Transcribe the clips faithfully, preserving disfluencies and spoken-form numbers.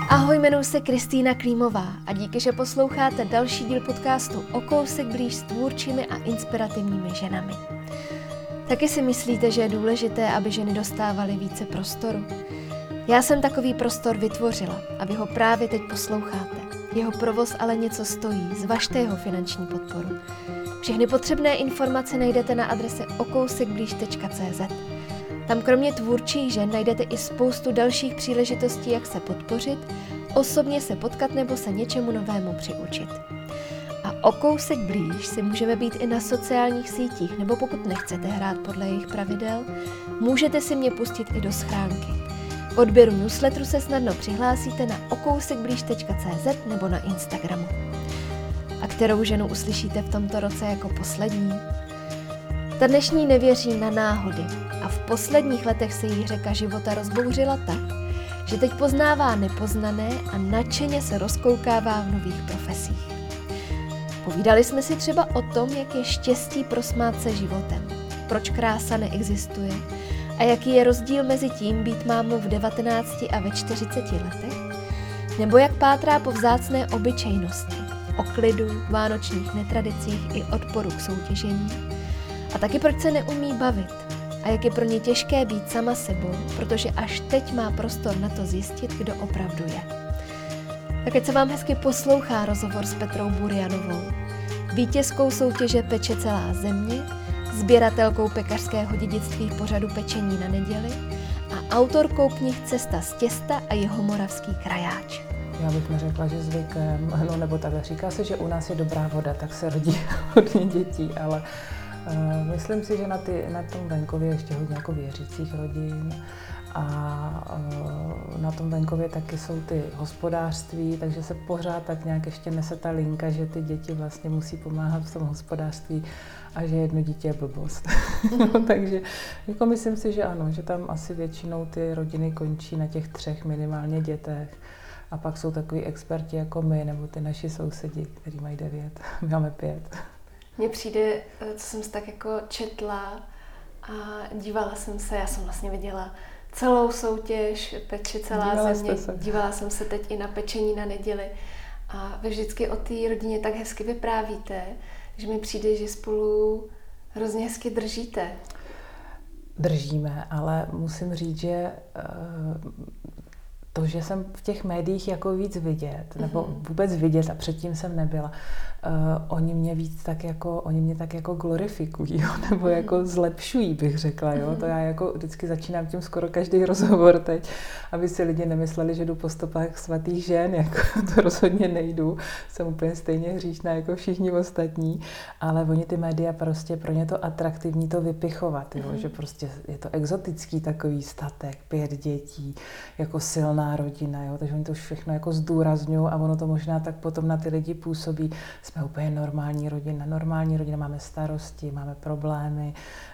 Ahoj, jmenuji se Kristýna Klímová a díky, že posloucháte další díl podcastu O kousek blíž s tvůrčími a inspirativními ženami. Taky si myslíte, že je důležité, aby ženy dostávaly více prostoru? Já jsem takový prostor vytvořila a vy ho právě teď posloucháte. Jeho provoz ale něco stojí, zvažte jeho finanční podporu. Všechny potřebné informace najdete na adrese okousekblíž tečka cé zet. Tam kromě tvůrčích žen najdete i spoustu dalších příležitostí, jak se podpořit, osobně se potkat nebo se něčemu novému přiučit. A o kousek blíž si můžeme být i na sociálních sítích, nebo pokud nechcete hrát podle jejich pravidel, můžete si mě pustit i do schránky. K odběru newsletteru se snadno přihlásíte na okousekblíž tečka cé zet nebo na Instagramu. A kterou ženu uslyšíte v tomto roce jako poslední? Ta dnešní nevěří na náhody a v posledních letech se jí řeka života rozbouřila tak, že teď poznává nepoznané a nadšeně se rozkoukává v nových profesích. Povídali jsme si třeba o tom, jak je štěstí prosmát se životem, proč krása neexistuje a jaký je rozdíl mezi tím být mámou v devatenácti a ve čtyřiceti letech, nebo jak pátrá po vzácné obyčejnosti, o klidu, vánočních netradicích i odporu k soutěžení, a taky proč se neumí bavit a jak je pro ně těžké být sama sebou, protože až teď má prostor na to zjistit, kdo opravdu je. Tak ať se vám hezky poslouchá rozhovor s Petrou Burjanovou, vítězkou soutěže Peče celá země, sběratelkou pekařského dědictví v pořadu Pečení na neděli a autorkou knih Cesta z těsta a Jihomoravský krajáč. Já bych neřekla, že zvykem, no nebo takhle, říká se, že u nás je dobrá voda, tak se rodí hodně dětí, ale uh, myslím si, že na, ty, na tom venkově ještě hodně jako věřících rodin a uh, na tom venkově taky jsou ty hospodářství, takže se pořád tak nějak ještě nese ta linka, že ty děti vlastně musí pomáhat v tom hospodářství a že jedno dítě je blbost. No, takže jako myslím si, že ano, že tam asi většinou ty rodiny končí na těch třech minimálně dětech. A pak jsou takový experti jako my, nebo ty naši sousedi, kteří mají devět, my máme pět. Mně přijde, co jsem si tak jako četla a dívala jsem se, já jsem vlastně viděla celou soutěž Peče celá dívala země, se. dívala jsem se teď i na Pečení na neděli a vy vždycky o té rodině tak hezky vyprávíte, že mi přijde, že spolu hrozně hezky držíte. Držíme, ale musím říct, že uh, to, že jsem v těch médiích jako víc vidět, nebo vůbec vidět a předtím jsem nebyla, uh, oni mě víc tak jako, oni mě tak jako glorifikují, jo, nebo jako zlepšují, bych řekla, jo, to já jako vždycky začínám tím skoro každý rozhovor teď, aby si lidi nemysleli, že jdu po stopách svatých žen, jako to rozhodně nejdu, jsem úplně stejně hříšná jako všichni ostatní, ale oni ty média prostě pro ně to atraktivní to vypichovat, jo, že prostě je to exotický takový statek, pět dětí, jako silná rodina, jo? Takže oni to už všechno jako zdůrazňují a ono to možná tak potom na ty lidi působí. Jsme úplně normální rodina, normální rodina, máme starosti, máme problémy,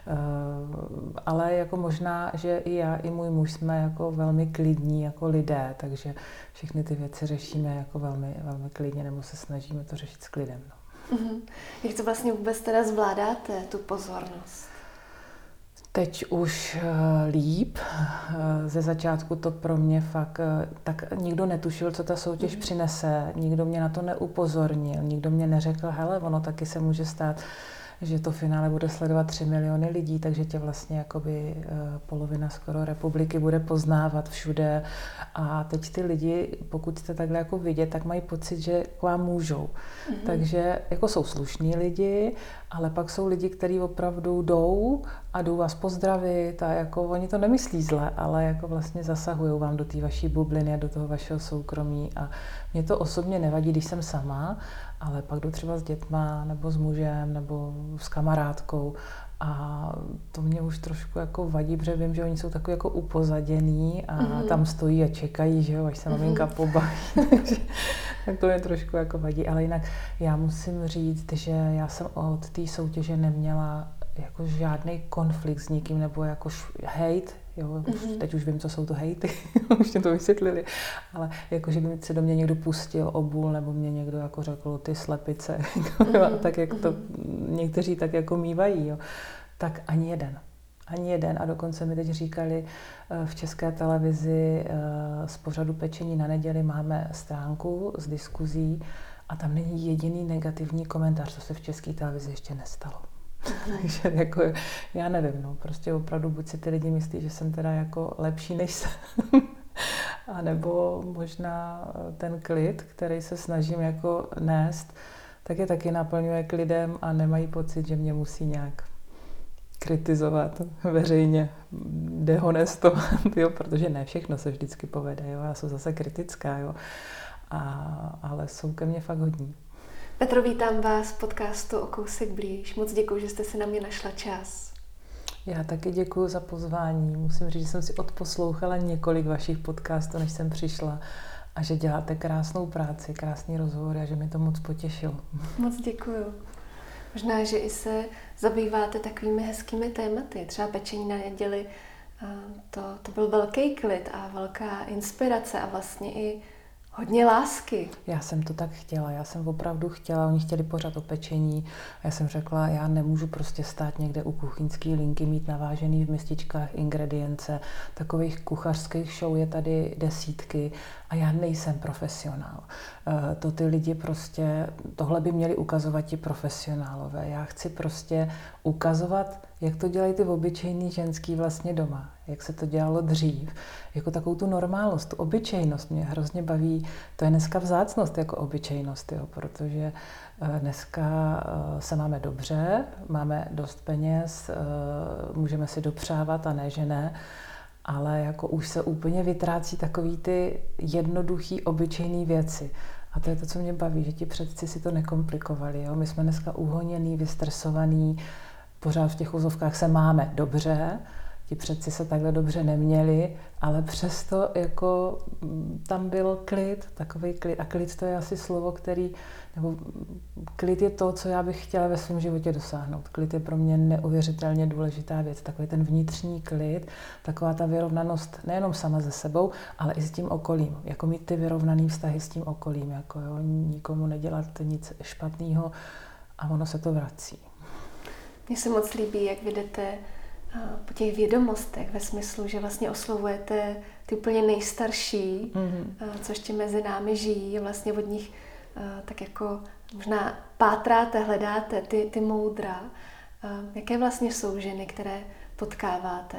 uh, ale jako možná, že i já, i můj muž jsme jako velmi klidní jako lidé, takže všechny ty věci řešíme jako velmi, velmi klidně, nebo se snažíme to řešit s klidem. No. Mm-hmm. Jak to vlastně vůbec teda zvládáte, tu pozornost? Teď už líp. Ze začátku to pro mě fakt, tak nikdo netušil, co ta soutěž mm. přinese, nikdo mě na to neupozornil, nikdo mě neřekl, hele, ono taky se může stát, že to finále bude sledovat tři miliony lidí, takže tě vlastně jakoby polovina skoro republiky bude poznávat všude. A teď ty lidi, pokud jste takhle jako vidět, tak mají pocit, že k vám můžou. Mm-hmm. Takže jako jsou slušní lidi, ale pak jsou lidi, kteří opravdu jdou a jdou vás pozdravit a jako oni to nemyslí zle, ale jako vlastně zasahují vám do té vaší bubliny a do toho vašeho soukromí a mě to osobně nevadí, když jsem sama, ale pak jdu třeba s dětma nebo s mužem nebo s kamarádkou a to mě už trošku jako vadí, protože vím, že oni jsou takový jako upozaděný a mm-hmm. tam stojí a čekají, že jo, až se maminka mm-hmm. pobaví, takže tak to mě trošku jako vadí, ale jinak já musím říct, že já jsem od té soutěže neměla jako žádný konflikt s nikým nebo jako hejt, jo, mm-hmm. teď už vím, co jsou to hejty, už mě to vysvětlili, ale jako, že by se do mě někdo pustil obul, nebo mě někdo jako řekl, ty slepice, mm-hmm. tak jak to někteří tak jako mívají, jo, tak ani jeden. Ani jeden. A dokonce mi teď říkali v České televizi z pořadu Pečení na neděli máme stránku s diskuzí a tam není jediný negativní komentář, co se v České televizi ještě nestalo. Takže jako, já nevím, no, prostě opravdu buď si ty lidi myslí, že jsem teda jako lepší než jsem, a nebo možná ten klid, který se snažím jako nést, tak je taky naplňuje klidem a nemají pocit, že mě musí nějak kritizovat veřejně, dehonestovat, jo, protože ne všechno se vždycky povede, jo, já jsem zase kritická, jo, a, ale jsou ke mně fakt hodní. Petro, vítám vás v podcastu O kousek blíž. Moc děkuji, že jste si na mě našla čas. Já taky děkuji za pozvání. Musím říct, že jsem si odposlouchala několik vašich podcastů, než jsem přišla a že děláte krásnou práci, krásný rozhovory a že mi to moc potěšilo. Moc děkuji. Možná, že i se zabýváte takovými hezkými tématy. Třeba Pečení na neděli, to, to byl velký klid a velká inspirace a vlastně i hodně lásky. Já jsem to tak chtěla, já jsem opravdu chtěla, oni chtěli pořád o pečení a já jsem řekla, já nemůžu prostě stát někde u kuchyňské linky, mít navážený v mističkách ingredience, takových kuchařských show je tady desítky a já nejsem profesionál. To ty lidi prostě, tohle by měli ukazovat ti profesionálové. Já chci prostě ukazovat, jak to dělají ty obyčejný ženský vlastně doma, jak se to dělalo dřív, jako takovou tu normálnost, tu obyčejnost mě hrozně baví. To je dneska vzácnost jako obyčejnost, jo, protože dneska se máme dobře, máme dost peněz, můžeme si dopřávat a ne, že ne, ale jako už se úplně vytrácí takový ty jednoduchý, obyčejný věci. A to je to, co mě baví, že ti předci si to nekomplikovali. Jo? My jsme dneska uhoněný, vystresovaný, pořád v těch úzovkách se máme dobře, ti předci se takhle dobře neměli, ale přesto jako tam byl klid, takový klid. A klid to je asi slovo, který, nebo klid je to, co já bych chtěla ve svém životě dosáhnout. Klid je pro mě neuvěřitelně důležitá věc. Takový ten vnitřní klid, taková ta vyrovnanost nejenom sama ze sebou, ale i s tím okolím. Jako mít ty vyrovnaný vztahy s tím okolím, jako jo, nikomu nedělat nic špatného a ono se to vrací. Mně se moc líbí, jak vidíte po těch vědomostech ve smyslu, že vlastně oslovujete ty úplně nejstarší, mm-hmm. co ještě mezi námi žijí, vlastně od nich tak jako možná pátráte, hledáte ty, ty moudra. Jaké vlastně jsou ženy, které potkáváte?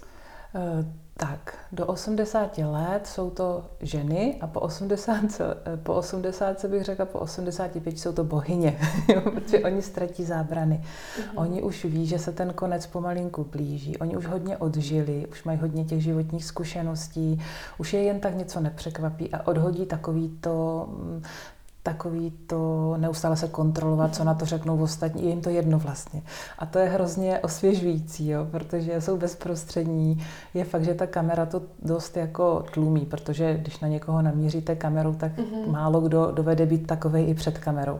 Tak, do osmdesáti let jsou to ženy a po osmdesáti, po osmdesáti bych řekla, po osmdesáti pěti jsou to bohyně, protože oni ztratí zábrany. Mm-hmm. Oni už ví, že se ten konec pomalinku blíží, oni už hodně odžili, už mají hodně těch životních zkušeností, už je jen tak něco nepřekvapí a odhodí takový to... takový to neustále se kontrolovat, co na to řeknou ostatní, je jim to jedno vlastně. A to je hrozně osvěžující, jo, protože jsou bezprostřední. Je fakt, že ta kamera to dost jako tlumí, protože když na někoho namíříte kamerou, tak mm-hmm. málo kdo dovede být takovej i před kamerou.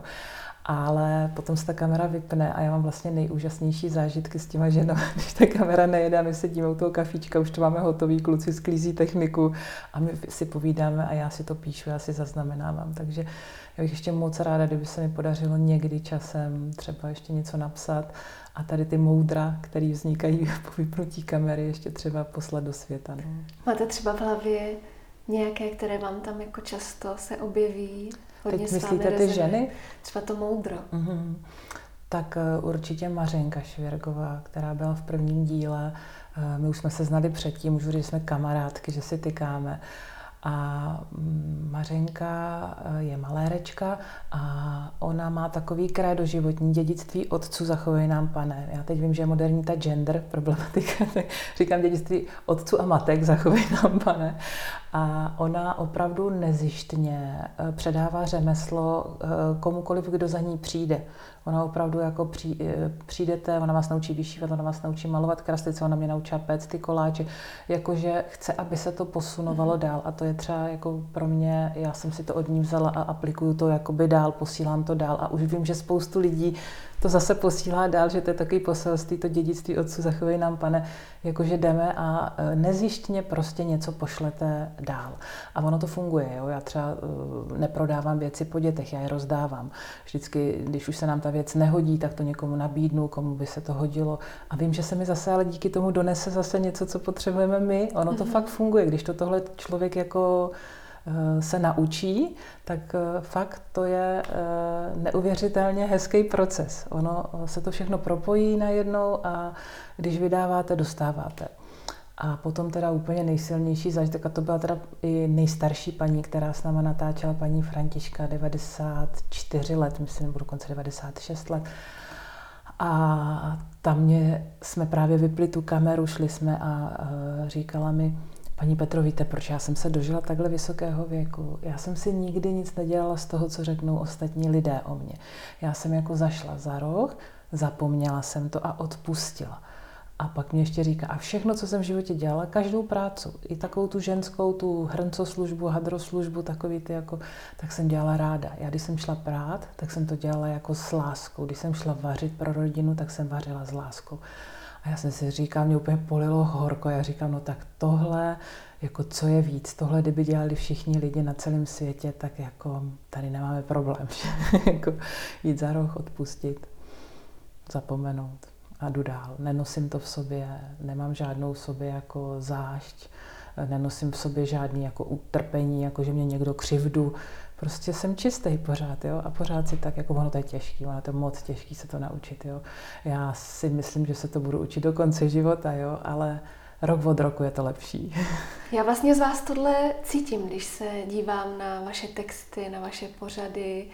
Ale potom se ta kamera vypne a já mám vlastně nejúžasnější zážitky s těma ženama, když ta kamera nejede a my sedíme u toho kafíčka, už to máme hotový, kluci sklízí techniku a my si povídáme a já si to píšu, já si zaznamenávám. Takže já bych ještě moc ráda, kdyby se mi podařilo někdy časem třeba ještě něco napsat a tady ty moudra, které vznikají po vypnutí kamery, ještě třeba poslat do světa. No. Máte třeba v hlavě nějaké, které vám tam jako často se objeví? Teď myslíte ty ženy? Třeba to moudro. Mm-hmm. Tak uh, určitě Mařenka Švěrgová, která byla v prvním díle. Uh, my už jsme se znali předtím, můžu říct, že jsme kamarádky, že si tykáme. A Mařenka je malérečka a ona má takový krédo životní dědictví otců zachovej nám, Pane. Já teď vím, že je moderní ta gender problematika, tak říkám dědictví otců a matek zachovej nám, Pane. A ona opravdu nezištně předává řemeslo komukoliv, kdo za ní přijde. Ona opravdu jako při, přijdete, ona vás naučí vyšívat, ona vás naučí malovat kraslice, ona mě naučí péct ty koláče. Jakože chce, aby se to posunovalo dál. A to je třeba jako pro mě, já jsem si to od ní vzala a aplikuju to jakoby dál, posílám to dál. A už vím, že spoustu lidí to zase posílá dál, že to je takový poselství, to dědictví otců zachovej nám, Pane, jakože jdeme a nezjištně prostě něco pošlete dál. A ono to funguje, jo? Já třeba uh, neprodávám věci po dětech, já je rozdávám. Vždycky, když už se nám ta věc nehodí, tak to někomu nabídnu, komu by se to hodilo. A vím, že se mi zase ale díky tomu donese zase něco, co potřebujeme my. Ono to mm-hmm. fakt funguje, když to tohle člověk jako se naučí, tak fakt to je neuvěřitelně hezký proces. Ono se to všechno propojí najednou a když vydáváte, dostáváte. A potom teda úplně nejsilnější zážitek, a to byla teda i nejstarší paní, která s náma natáčela, paní Františka, devadesát čtyři let, myslím, nebo dokonce devadesát šest let. A tam mě, jsme právě vypli tu kameru, šli jsme a říkala mi, paní Petro, víte, proč já jsem se dožila takhle vysokého věku? Já jsem si nikdy nic nedělala z toho, co řeknou ostatní lidé o mně. Já jsem jako zašla za roh, zapomněla jsem to a odpustila. A pak mě ještě říká, a všechno, co jsem v životě dělala, každou práci, i takovou tu ženskou, tu hrncoslužbu, hadroslužbu, takový ty jako, tak jsem dělala ráda. Já když jsem šla prát, tak jsem to dělala jako s láskou. Když jsem šla vařit pro rodinu, tak jsem vařila s láskou. A já jsem si říkala, mě úplně polilo horko. Já říkám, no tak tohle, jako co je víc, tohle, kdyby dělali všichni lidi na celém světě, tak jako tady nemáme problém. Jako jít za roh, odpustit, zapomenout a jdu dál. Nenosím to v sobě, nemám žádnou v sobě jako zášť, nenosím v sobě žádný jako utrpení, jako že mě někdo křivdu. Prostě jsem čistý pořád, jo, a pořád si tak, jako ono to je těžký, ono to je moc těžký se to naučit, jo. Já si myslím, že se to budu učit do konce života, jo, ale rok od roku je to lepší. Já vlastně z vás tohle cítím, když se dívám na vaše texty, na vaše pořady,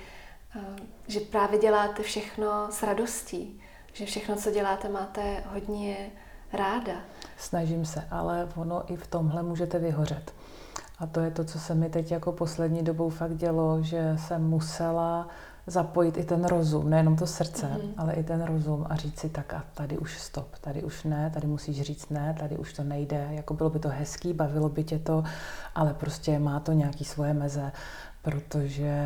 že právě děláte všechno s radostí, že všechno, co děláte, máte hodně ráda. Snažím se, ale ono i v tomhle můžete vyhořet. A to je to, co se mi teď jako poslední dobou fakt dělo, že jsem musela zapojit i ten rozum, nejenom to srdce, mm-hmm. ale i ten rozum a říct si tak a tady už stop, tady už ne, tady musíš říct ne, tady už to nejde, jako bylo by to hezký, bavilo by tě to, ale prostě má to nějaký svoje meze, protože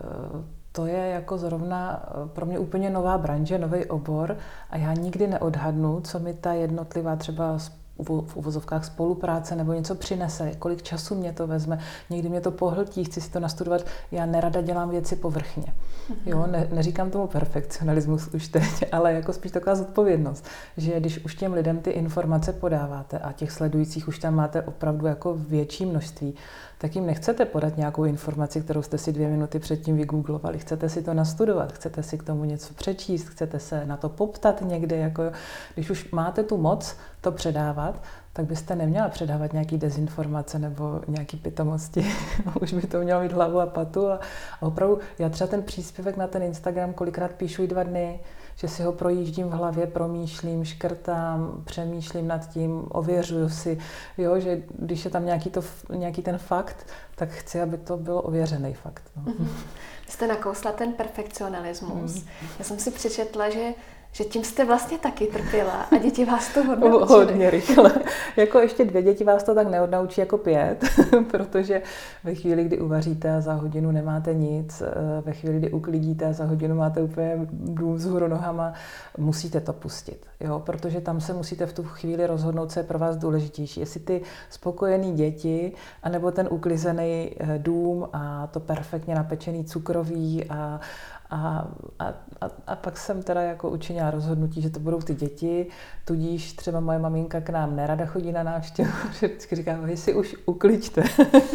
to je jako zrovna pro mě úplně nová branže, nový obor a já nikdy neodhadnu, co mi ta jednotlivá třeba v uvozovkách spolupráce nebo něco přinese, kolik času mě to vezme, někdy mě to pohltí, chci si to nastudovat, já nerada dělám věci povrchně. Mm-hmm. Jo, ne, neříkám tomu perfekcionalismus už teď, ale jako spíš taková zodpovědnost, že když už těm lidem ty informace podáváte a těch sledujících už tam máte opravdu jako větší množství, tak jim nechcete podat nějakou informaci, kterou jste si dvě minuty předtím vygooglovali. Chcete si to nastudovat, chcete si k tomu něco přečíst, chcete se na to poptat někde. Jako, když už máte tu moc to předávat, tak byste neměla předávat nějaký dezinformace nebo nějaký pitomosti. Už by to mělo mít hlavu a patu. A, a opravdu, já třeba ten příspěvek na ten Instagram kolikrát píšu i dva dny, že si ho projíždím v hlavě, promýšlím, škrtám, přemýšlím nad tím, ověřuju si, jo, že když je tam nějaký, to, nějaký ten fakt, tak chci, aby to bylo ověřený fakt. No. Mm-hmm. Vy jste nakousla ten perfekcionalismus. Mm. Já jsem si přečetla, že že tím jste vlastně taky trpěla a děti vás to hodně učily. Hodně rychle. Jako ještě dvě děti vás to tak neodnaučí jako pět, protože ve chvíli, kdy uvaříte a za hodinu nemáte nic, ve chvíli, kdy uklidíte a za hodinu máte úplně dům vzhůru nohama, musíte to pustit. Jo? Protože tam se musíte v tu chvíli rozhodnout, co je pro vás důležitější. Jestli ty spokojený děti, anebo ten uklizený dům a to perfektně napečený cukroví a A, a, a, a pak jsem teda jako učinila rozhodnutí, že to budou ty děti, tudíž třeba moje maminka k nám nerada chodí na návštěvu, že vždycky říká, vy si už ukliďte.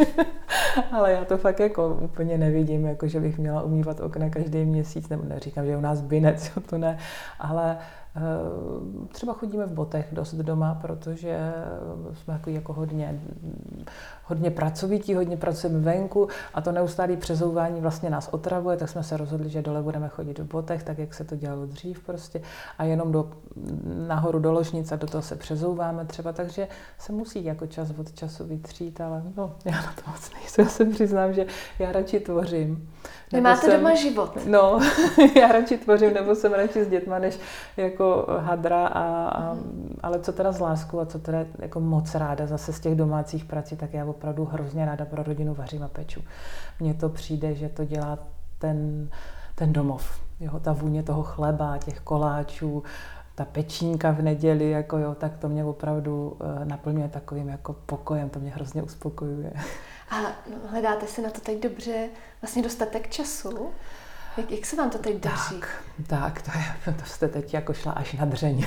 Ale já to fakt jako úplně nevidím, jako že bych měla umývat okna každý měsíc, nebo neříkám, že je u nás binec, to ne, ale třeba chodíme v botech dost doma, protože jsme jako, jako hodně, hodně pracovití, hodně pracujeme venku a to neustálé přezouvání vlastně nás otravuje, tak jsme se rozhodli, že dole budeme chodit v botech, tak jak se to dělalo dřív prostě a jenom do, nahoru do ložnic a do toho se přezouváme třeba, takže se musí jako čas od času vytřít, ale no, já na to moc nejsem, já se přiznám, že já radši tvořím. Vy máte jsem, doma život. No, já radši tvořím, nebo jsem radši s dětma, než jako hadra, a, a, ale co teda s láskou a co teda jako moc ráda zase z těch domácích prací, tak já opravdu hrozně ráda pro rodinu vařím a peču. Mně to přijde, že to dělá ten, ten domov, jo, ta vůně toho chleba, těch koláčů, ta pečínka v neděli, jako jo, tak to mě opravdu naplňuje takovým jako pokojem, to mě hrozně uspokojuje. A hledáte si na to teď dobře vlastně dostatek času? Jak, jak se vám to teď daří? Tak, tak to, je, to jste teď jako šla až na dřeň.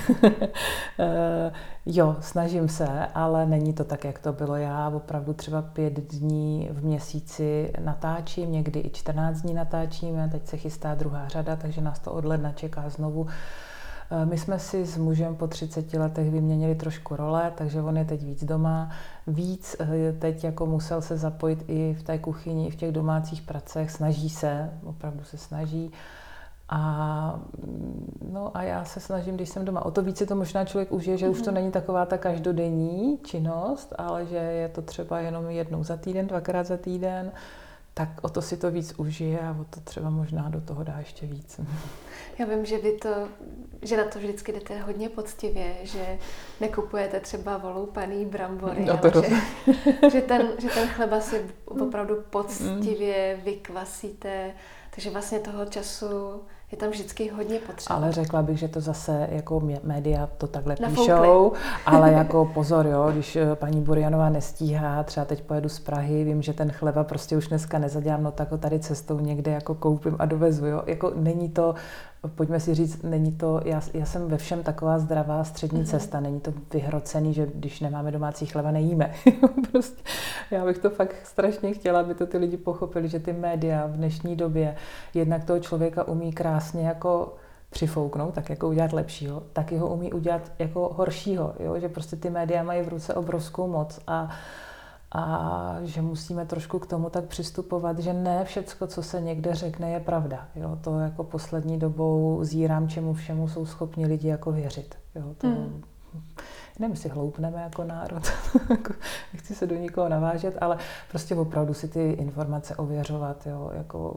Jo, snažím se, ale není to tak, jak to bylo. Já opravdu třeba pět dní v měsíci natáčím, někdy i čtrnáct dní natáčíme, teď se chystá druhá řada, takže nás to od ledna čeká znovu. My jsme si s mužem po třiceti letech vyměnili trošku role, takže on je teď víc doma. Víc teď jako musel se zapojit i v té kuchyni, i v těch domácích pracech. Snaží se, opravdu se snaží. A, no a já se snažím, když jsem doma. O to víc si to možná člověk užije, že mm-hmm. už to není taková ta každodenní činnost, ale že je to třeba jenom jednou za týden, dvakrát za týden. Tak o to si to víc užije a o to třeba možná do toho dá ještě víc. Já vím, že vy to, že na to vždycky jdete hodně poctivě, že nekupujete třeba voloupaný brambory, no ale že, že, ten, že ten chleba si opravdu poctivě vykvasíte, takže vlastně toho času je tam vždycky hodně potřeba. Ale řekla bych, že to zase jako média to takhle Nafoukli. Píšou, ale jako pozor, jo, když paní Burjanová nestíhá, třeba teď pojedu z Prahy, vím, že ten chleba prostě už dneska nezadělám, no tak ho tady cestou někde jako koupím a dovezu, jo. Jako není to, pojďme si říct, není to, já, já jsem ve všem taková zdravá střední mm-hmm. cesta, není to vyhrocený, že když nemáme domácí chleba, nejíme. Prostě, já bych to fakt strašně chtěla, aby to ty lidi pochopili, že ty média v dnešní době jednak toho člověka umí krásně jako přifouknout, tak jako udělat lepšího, tak ho umí udělat jako horšího, jo? Že prostě ty média mají v ruce obrovskou moc a a že musíme trošku k tomu tak přistupovat, že ne všecko, co se někde řekne, je pravda. Jo, to jako poslední dobou zírám, čemu všemu jsou schopni lidi jako věřit. Jo, to, hmm. Nevím, si hloupneme jako národ, nechci se do nikoho navážet, ale prostě opravdu si ty informace ověřovat, jo, jako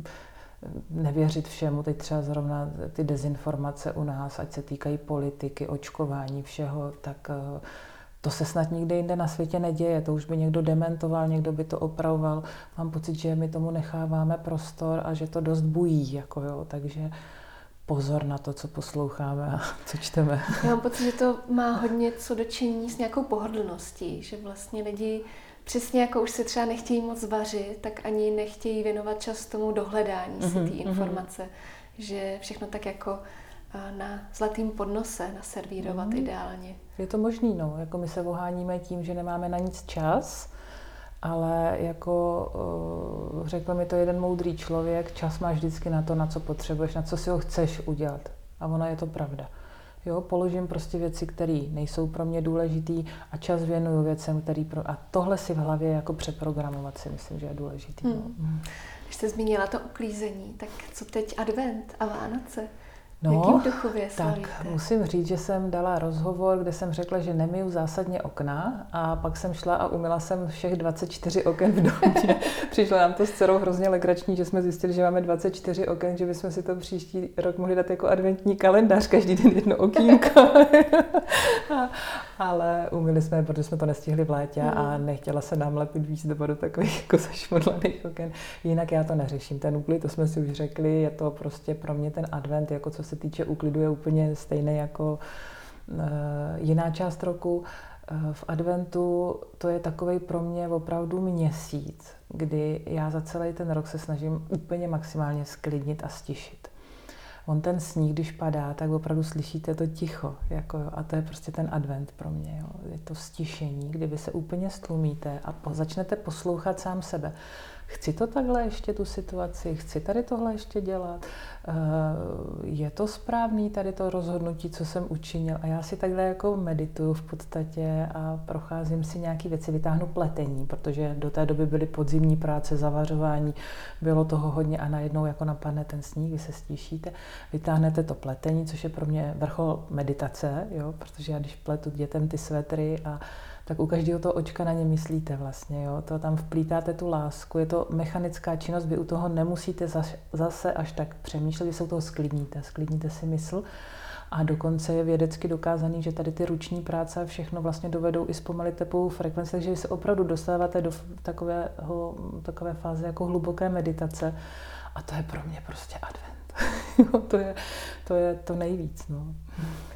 nevěřit všemu, teď třeba zrovna ty dezinformace u nás, ať se týkají politiky, očkování, všeho, tak to se snad nikde jinde na světě neděje, to už by někdo dementoval, někdo by to opravoval. Mám pocit, že my tomu necháváme prostor a že to dost bují, jako jo, takže pozor na to, co posloucháme a co čteme. Já mám pocit, že to má hodně co dočinění s nějakou pohodlností, že vlastně lidi přesně jako už se třeba nechtějí moc vařit, tak ani nechtějí věnovat čas tomu dohledání si té mm-hmm. informace, že všechno tak jako na zlatým podnose naservírovat mm. ideálně. Je to možný, no. Jako my se oháníme tím, že nemáme na nic čas, ale jako uh, řekl mi to jeden moudrý člověk, čas máš vždycky na to, na co potřebuješ, na co si ho chceš udělat. A ona je to pravda. Jo, položím prostě věci, které nejsou pro mě důležitý a čas věnuju věcem, který pro... A tohle si v hlavě jako přeprogramovat si myslím, že je důležitý. Hmm. No. Když jste zmínila to uklízení, tak co teď advent a Vánoce? No, jakým duchově tak musím říct, že jsem dala rozhovor, kde jsem řekla, že nemiju zásadně okna a pak jsem šla a umyla jsem všech dvacet čtyři oken v domě. Přišlo nám to s dcerou hrozně legrační, že jsme zjistili, že máme dvacet čtyři oken, že bychom si to příští rok mohli dát jako adventní kalendář, každý den jedno okýnko. Ale umyli jsme, protože jsme to nestihli v létě mm. a nechtěla se nám lepit výzdoba do takových jako zašmodlaných oken. Jinak já to neřeším. Ten úklid, to jsme si už řekli, je to prostě pro mě ten advent, jako co se týče úklidu, je úplně stejný jako uh, jiná část roku. Uh, v adventu to je takovej pro mě opravdu měsíc, kdy já za celý ten rok se snažím úplně maximálně sklidnit a stišit. On ten sníh, když padá, tak opravdu slyšíte to ticho. Jako jo, a to je prostě ten advent pro mě. Jo. Je to stišení, kdy vy se úplně stlumíte a po, začnete poslouchat sám sebe. Chci to takhle ještě, tu situaci? Chci tady tohle ještě dělat? Je to správný tady to rozhodnutí, co jsem učinil? A já si takhle jako medituju v podstatě a procházím si nějaké věci, vytáhnu pletení, protože do té doby byly podzimní práce, zavařování, bylo toho hodně a najednou jako napadne ten sníh, vy se stíšíte, vytáhnete to pletení, což je pro mě vrchol meditace, jo? Protože já když pletu dětem ty svetry a tak u každého toho očka na ně myslíte vlastně, jo? To tam vplítáte tu lásku, je to mechanická činnost, vy u toho nemusíte zase až tak přemýšlet, vy se u toho sklidníte, sklidníte si mysl a dokonce je vědecky dokázaný, že tady ty ruční práce a všechno vlastně dovedou i zpomalit tepovou frekvenci, takže vy se opravdu dostáváte do takového, takové fáze jako hluboké meditace a to je pro mě prostě advent. to, je, to je to nejvíc. No.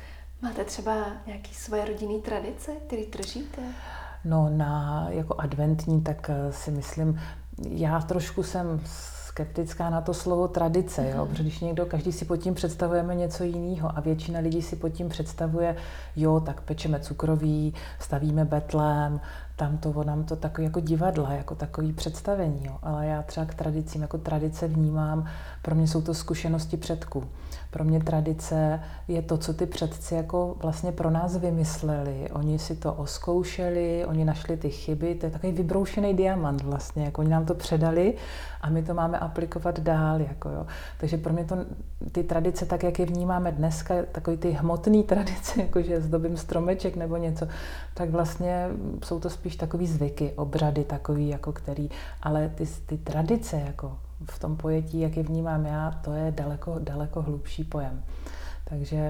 Máte třeba nějaké svoje rodinné tradice, které držíte? No na jako adventní, tak si myslím, já trošku jsem skeptická na to slovo tradice, jo? Protože když někdo, každý si pod tím představujeme něco jiného a většina lidí si pod tím představuje, jo, tak pečeme cukroví, stavíme betlém, tam to, nám to takový jako divadla, jako takový představení, jo? Ale já třeba k tradicím, jako tradice vnímám, pro mě jsou to zkušenosti předků. Pro mě tradice je to, co ty předci jako vlastně pro nás vymysleli. Oni si to oskoušeli, oni našli ty chyby, to je takový vybroušený diamant vlastně, jako oni nám to předali a my to máme aplikovat dál, jako jo. Takže pro mě to, ty tradice, tak jak je vnímáme dneska, takový ty hmotný tradice, jakože zdobím stromeček nebo něco, tak vlastně jsou to spíš takový zvyky, obřady takový, jako který, ale ty, ty tradice, jako v tom pojetí, jak je vnímám já, to je daleko, daleko hlubší pojem. Takže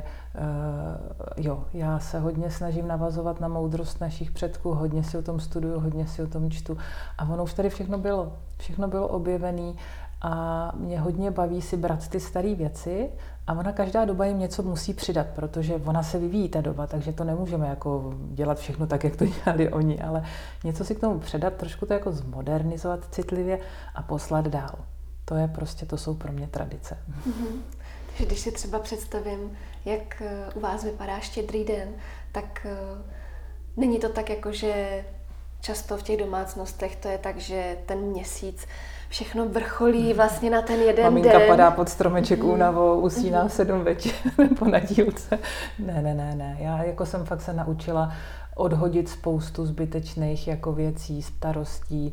jo, já se hodně snažím navazovat na moudrost našich předků, hodně si o tom studuju, hodně si o tom čtu a ono už tady všechno bylo. Všechno bylo objevené a mě hodně baví si brát ty staré věci a ona každá doba jim něco musí přidat, protože ona se vyvíjí ta doba, takže to nemůžeme jako dělat všechno tak, jak to dělali oni, ale něco si k tomu předat, trošku to jako zmodernizovat citlivě a poslat dál. To je prostě, to jsou pro mě tradice. Mm-hmm. Takže když si třeba představím, jak u vás vypadá Štědrý den, tak uh, není to tak jako, že často v těch domácnostech to je tak, že ten měsíc všechno vrcholí vlastně na ten jeden Maminka den. Maminka padá pod stromeček mm. únavou, usíná mm. sedm večer po nadílce. Ne, ne, ne, ne. Já jako jsem fakt se naučila odhodit spoustu zbytečných jako věcí, starostí.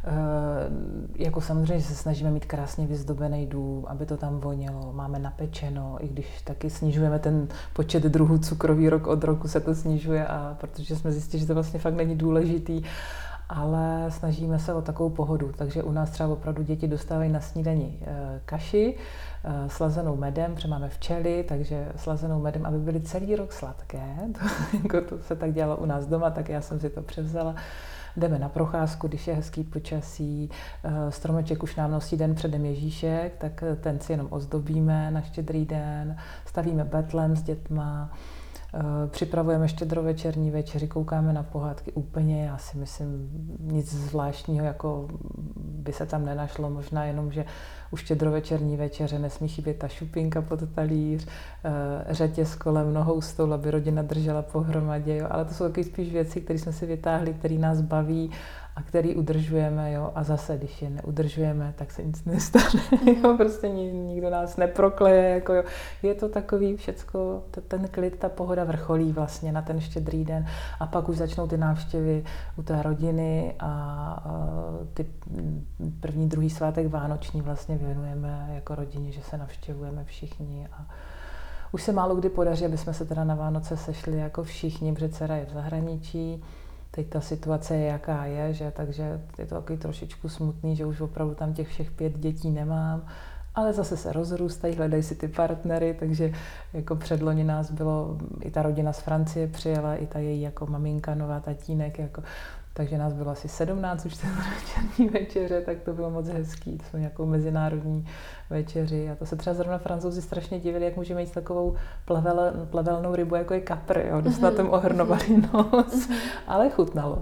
E, jako samozřejmě se snažíme mít krásně vyzdobený dům, aby to tam vonělo. Máme napečeno, i když taky snižujeme ten počet druhů cukroví, rok od roku se to snižuje, a protože jsme zjistili, že to vlastně fakt není důležitý. Ale snažíme se o takovou pohodu, takže u nás třeba opravdu děti dostávají na snídani kaši slazenou medem, protože máme včely, takže slazenou medem, aby byly celý rok sladké. To, jako to se tak dělalo u nás doma, tak já jsem si to převzala. Jdeme na procházku, když je hezký počasí, stromeček už nám nosí den předem Ježíšek, tak ten si jenom ozdobíme na Štědrý den, stavíme betlém s dětma, připravujeme štědrovečerní večeři, koukáme na pohádky úplně, já si myslím, nic zvláštního jako by se tam nenašlo, možná jenom, že u štědrovečerní večeře nesmí chybět ta šupinka pod talíř, řetěz kolem nohou stolu, aby rodina držela pohromadě, jo. Ale to jsou taky spíš věci, které jsme si vytáhli, které nás baví a který udržujeme, jo, a zase, když je neudržujeme, tak se nic nestane, jo, prostě nikdo nás neprokleje, jako jo. Je to takový všecko, ten klid, ta pohoda vrcholí vlastně na ten Štědrý den a pak už začnou ty návštěvy u té rodiny a, a ty první, druhý svátek vánoční vlastně věnujeme jako rodině, že se navštěvujeme všichni a už se málo kdy podaří, aby jsme se teda na Vánoce sešli jako všichni, protože dcera je v zahraničí. Teď ta situace je, jaká je, že, takže je to takový trošičku smutný, že už opravdu tam těch všech pět dětí nemám, ale zase se rozrůstají, hledají si ty partnery, takže jako předloni nás bylo, i ta rodina z Francie přijela, i ta její jako maminka, nová tatínek, jako, takže nás bylo asi sedmnáct už ten večerní večeře, tak to bylo moc hezký, to jsou nějakou mezinárodní večeři a to se třeba zrovna Francouzi strašně divili, jak můžeme jít takovou plevel, plevelnou rybu, jako je kapr, jo, dost na tom ohrnovali nos, ale chutnalo.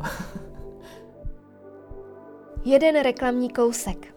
Jeden reklamní kousek.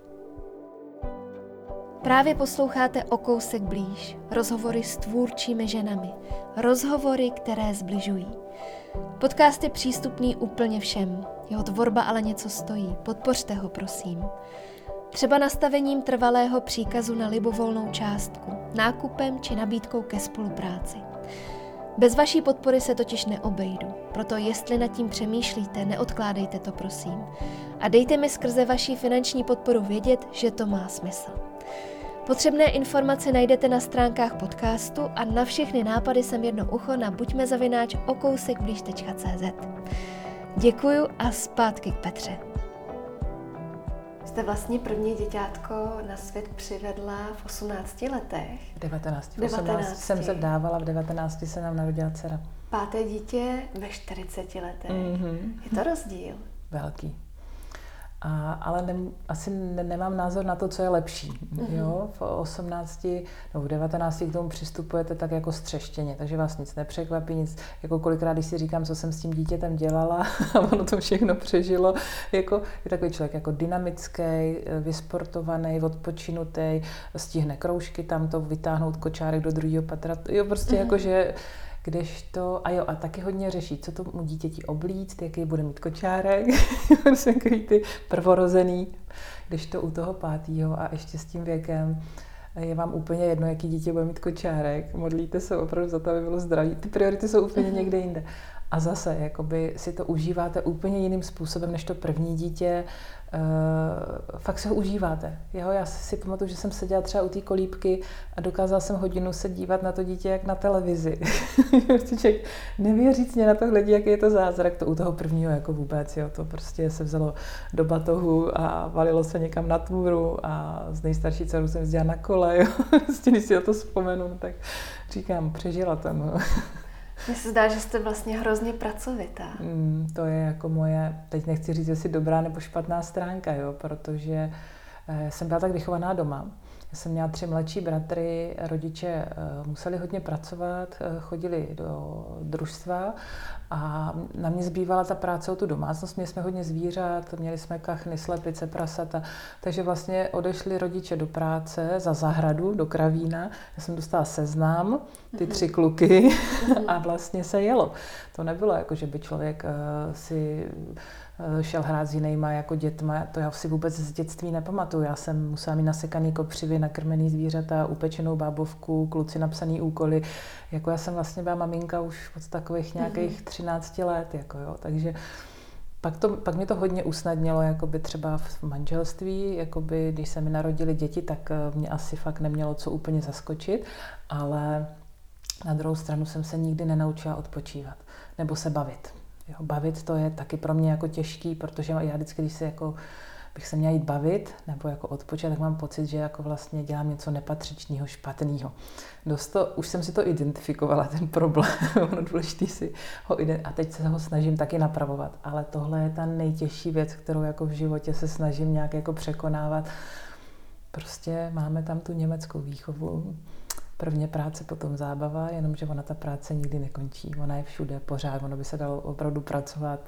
Právě posloucháte O kousek blíž, rozhovory s tvůrčími ženami, rozhovory, které zbližují. Podcast je přístupný úplně všem, jeho tvorba ale něco stojí, podpořte ho prosím. Třeba nastavením trvalého příkazu na libovolnou částku, nákupem či nabídkou ke spolupráci. Bez vaší podpory se totiž neobejdu, proto jestli nad tím přemýšlíte, neodkládejte to prosím. A dejte mi skrze vaši finanční podporu vědět, že to má smysl. Potřebné informace najdete na stránkách podcastu a na všechny nápady jsem jedno ucho na buďme zavináč okousekblíž tečka cé zet. Děkuju a zpátky k Petře. Jste vlastně první děťátko na svět přivedla v osmnácti letech. devatenácti. devatenácti. Jsem se vdávala, v devatenácti se nám narodila dcera. Páté dítě ve čtyřiceti letech. Mm-hmm. Je to rozdíl? Velký. A, ale ne, asi ne, nemám názor na to, co je lepší. Mm-hmm. Jo? V osmnácti nebo v devatenácti k tomu přistupujete tak jako střeštěně, takže vás nic nepřekvapí, nic, jako kolikrát, když si říkám, co jsem s tím dítětem dělala a ono to všechno přežilo, jako je takový člověk jako dynamický, vysportovaný, odpočinutý, stihne kroužky, tam to vytáhnout kočárek do druhého patra, jo, prostě mm-hmm. jako, že kdežto, a jo, a taky hodně řeší, co tomu dítěti oblíct, jaký bude mít kočárek, prostě takový ty prvorozený, kdežto u toho pátýho a ještě s tím věkem je vám úplně jedno, jaký dítě bude mít kočárek, modlíte se opravdu za to, aby bylo zdraví, ty priority jsou úplně někde jinde. A zase, jakoby si to užíváte úplně jiným způsobem, než to první dítě. Uh, fakt se ho užíváte. Jo? Já si pamatuju, že jsem seděla třeba u té kolíbky a dokázala jsem hodinu se dívat na to dítě jak na televizi. Člověk nevěříc mě na to hledí, jaký je to zázrak. To u toho prvního jako vůbec. Jo? To prostě se vzalo do batohu a valilo se někam na tvůru a z nejstarší dceru jsem jezdila na kole. Jo? Prostě, když si na to vzpomenu, tak říkám, přežila to. No. Mně se zdá, že jste vlastně hrozně pracovitá. Mm, to je jako moje, teď nechci říct, jestli dobrá nebo špatná stránka, jo, protože eh, jsem byla tak vychovaná doma. Já jsem měla tři mladší bratry, rodiče eh, museli hodně pracovat, eh, chodili do družstva a na mě zbývala ta práce o tu domácnost. Měli jsme hodně zvířat, měli jsme kachny, slepice, prasata, takže vlastně odešli rodiče do práce za zahradu, do kravína. Já jsem dostala seznam, ty tři kluky a vlastně se jelo. To nebylo jako, že by člověk uh, si šel hrát s jinýma jako dětma, to já si vůbec z dětství nepamatuju. Já jsem musela mít nasekaný kopřivy, nakrmený zvířata, upečenou bábovku, kluci napsaný úkoly. Jako já jsem vlastně byla maminka už od takových nějakých třinácti let, jako jo, takže pak, to, pak mě to hodně usnadnilo, jakoby třeba v manželství, jakoby když se mi narodily děti, tak mě asi fakt nemělo co úplně zaskočit, ale na druhou stranu jsem se nikdy nenaučila odpočívat nebo se bavit. Jo, bavit to je taky pro mě jako těžký, protože já vždycky, když se jako bych se měla jít bavit nebo jako odpočít, tak mám pocit, že jako vlastně dělám něco nepatřičného, špatného. Dost to, už jsem si to identifikovala, ten problém, ono důležitý si ho a teď se ho snažím taky napravovat, ale tohle je ta nejtěžší věc, kterou jako v životě se snažím nějak jako překonávat. Prostě máme tam tu německou výchovu, prvně práce, potom zábava, jenomže ona ta práce nikdy nekončí. Ona je všude, pořád. Ono by se dalo opravdu pracovat.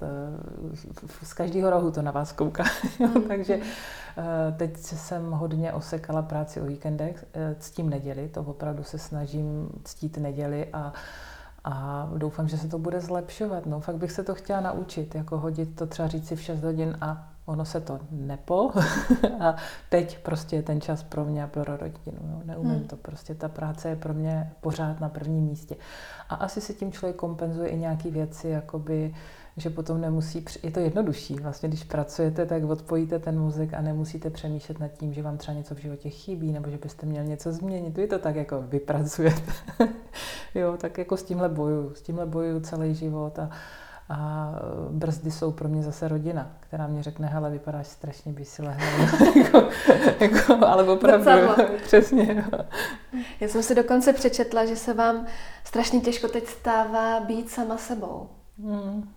Z každého rohu to na vás kouká. Takže teď jsem hodně osekala práci o víkendech. Ctím neděli, to opravdu se snažím ctít neděli a a doufám, že se to bude zlepšovat. No, fakt bych se to chtěla naučit, jako hodit to třeba říct si v šest hodin a ono se to nepo. A teď prostě je ten čas pro mě a pro rodinu. Jo. Neumím hmm. to, prostě ta práce je pro mě pořád na prvním místě. A asi si tím člověk kompenzuje i nějaké věci, jakoby, že potom nemusí, je to jednodušší. Vlastně, když pracujete, tak odpojíte ten mozek a nemusíte přemýšlet nad tím, že vám třeba něco v životě chybí, nebo že byste měl něco změnit. Vy to tak jako vypracujete. Jo, tak jako s tímhle bojuju. S tímhle bojuju celý život a, a brzdy jsou pro mě zase rodina, která mě řekne, hele, vypadáš strašně, by si lehla. jako, jako, ale opravdu, přesně. Jo. Já jsem si dokonce přečetla, že se vám strašně těžko teď stává být sama sebou. Hmm.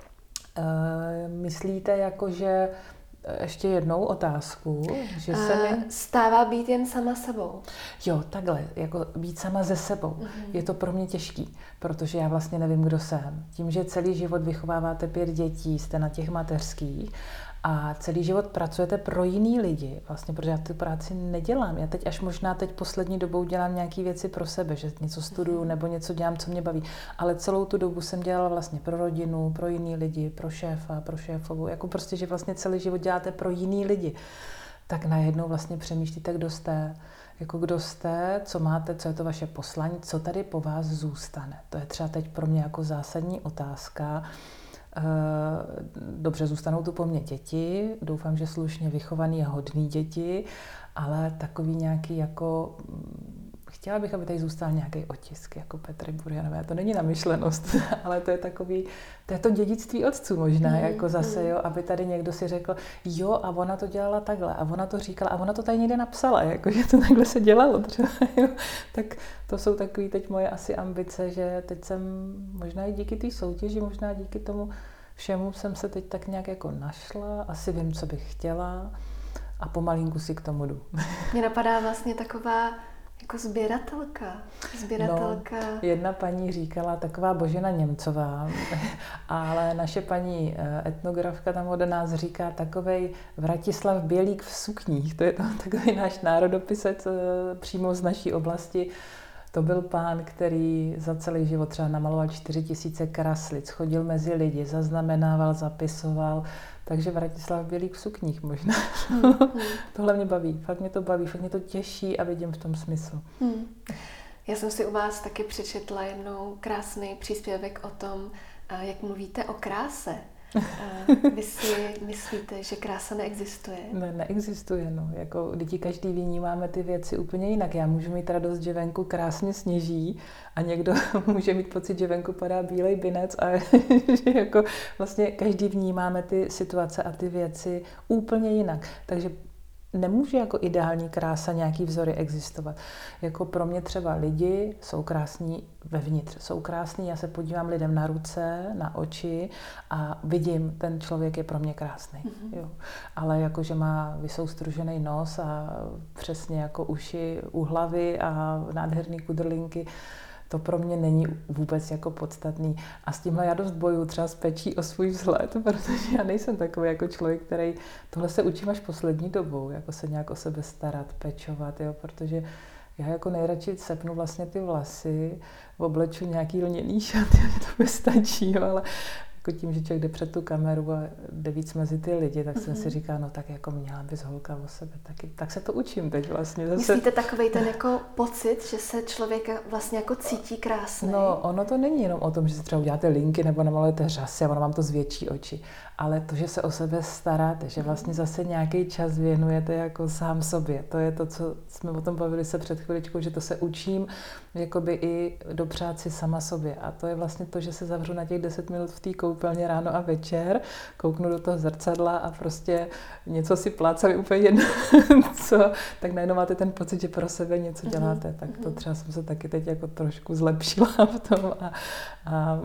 Uh, myslíte jako, že ještě jednou otázku, že se mi... Stává být jen sama sebou. Jo, takhle, jako být sama ze sebou. Mm-hmm. Je to pro mě těžký, protože já vlastně nevím, kdo jsem. Tím, že celý život vychováváte pět dětí, jste na těch mateřských a celý život pracujete pro jiný lidi, vlastně, protože já tu práci nedělám. Já teď až možná teď poslední dobou dělám nějaké věci pro sebe, že něco studuju nebo něco dělám, co mě baví. Ale celou tu dobu jsem dělala vlastně pro rodinu, pro jiný lidi, pro šéfa, pro šéfovu. Jako prostě, že vlastně celý život děláte pro jiný lidi. Tak najednou vlastně přemýšlíte, kdo jste, jako kdo jste, co máte, co je to vaše poslání, co tady po vás zůstane. To je třeba teď pro mě jako zásadní otázka. Dobře, zůstanou tu po mně děti, doufám, že slušně vychovaný a hodný děti, ale takový nějaký jako, chtěla bych, aby tady zůstal nějaký otisk, jako Petry Burjanové, to není namyšlenost, ale to je takový, to je to dědictví otců možná, mm, jako zase, jo, aby tady někdo si řekl, jo, a ona to dělala takhle, a ona to říkala, a ona to tady někde napsala, jako, že to takhle se dělalo třeba, jo. Tak to jsou takový teď moje asi ambice, že teď jsem možná i díky té soutěži, možná díky tomu, všemu jsem se teď tak nějak jako našla, asi vím, co bych chtěla a pomalinku si k tomu jdu. Mě napadá vlastně taková jako sběratelka. Sběratelka. No, jedna paní říkala, taková Božena Němcová, ale naše paní etnografka tam od nás říká takovej Vratislav Bělík v sukních. To je to takový náš národopisec přímo z naší oblasti. To byl pán, který za celý život třeba namaloval čtyři tisíce kraslic, chodil mezi lidi, zaznamenával, zapisoval. Takže Vratislav Bělík v sukních možná. Hmm. Tohle mě baví, fakt mě to baví, fakt mě to těší a vidím v tom smysl. Hmm. Já jsem si u vás taky přečetla jednou krásný příspěvek o tom, jak mluvíte o kráse. Vy si myslíte, že krása neexistuje? Ne, neexistuje, no. Jako lidi každý vnímáme ty věci úplně jinak. Já můžu mít radost, že venku krásně sněží a někdo může mít pocit, že venku padá bílej binec a že jako vlastně každý vnímáme ty situace a ty věci úplně jinak. Takže nemůže jako ideální krása nějaký vzory existovat. Jako pro mě třeba lidi jsou krásní vevnitř, jsou krásní, já se podívám lidem na ruce, na oči a vidím, ten člověk je pro mě krásný. Mm-hmm. Jo. Ale jako, že má vysoustružený nos a přesně jako uši u hlavy a nádherný kudrlinky, to pro mě není vůbec jako podstatný. A s tímhle já dost bojuju třeba s pečí o svůj vzhled, protože já nejsem takový jako člověk, který tohle se učím až poslední dobou, jako se nějak o sebe starat, pečovat, jo, protože já jako nejradši sepnu vlastně ty vlasy, obleču nějaký lněný šaty, to by stačí, jo, ale jako tím, že člověk jde před tu kameru a jde víc mezi ty lidi, tak jsem mm-hmm. si říká, no tak jako měla bys holka o sebe taky. Tak se to učím teď vlastně. Zase. Myslíte takovej ten jako pocit, že se člověk vlastně jako cítí krásný? No, ono to není jenom o tom, že si třeba uděláte linky nebo namalujete řasy a ono vám to zvětší oči, ale to, že se o sebe staráte, že vlastně zase nějaký čas věnujete jako sám sobě. To je to, co jsme o tom bavili se před chviličkou, že to se učím jakoby i dopřát si sama sobě. A to je vlastně to, že se zavřu na těch deset minut v té koupelně ráno a večer, kouknu do toho zrcadla a prostě něco si plácám, je úplně jedno, co, tak najednou máte ten pocit, že pro sebe něco děláte. Mm-hmm. Tak to třeba jsem se taky teď jako trošku zlepšila v tom a, a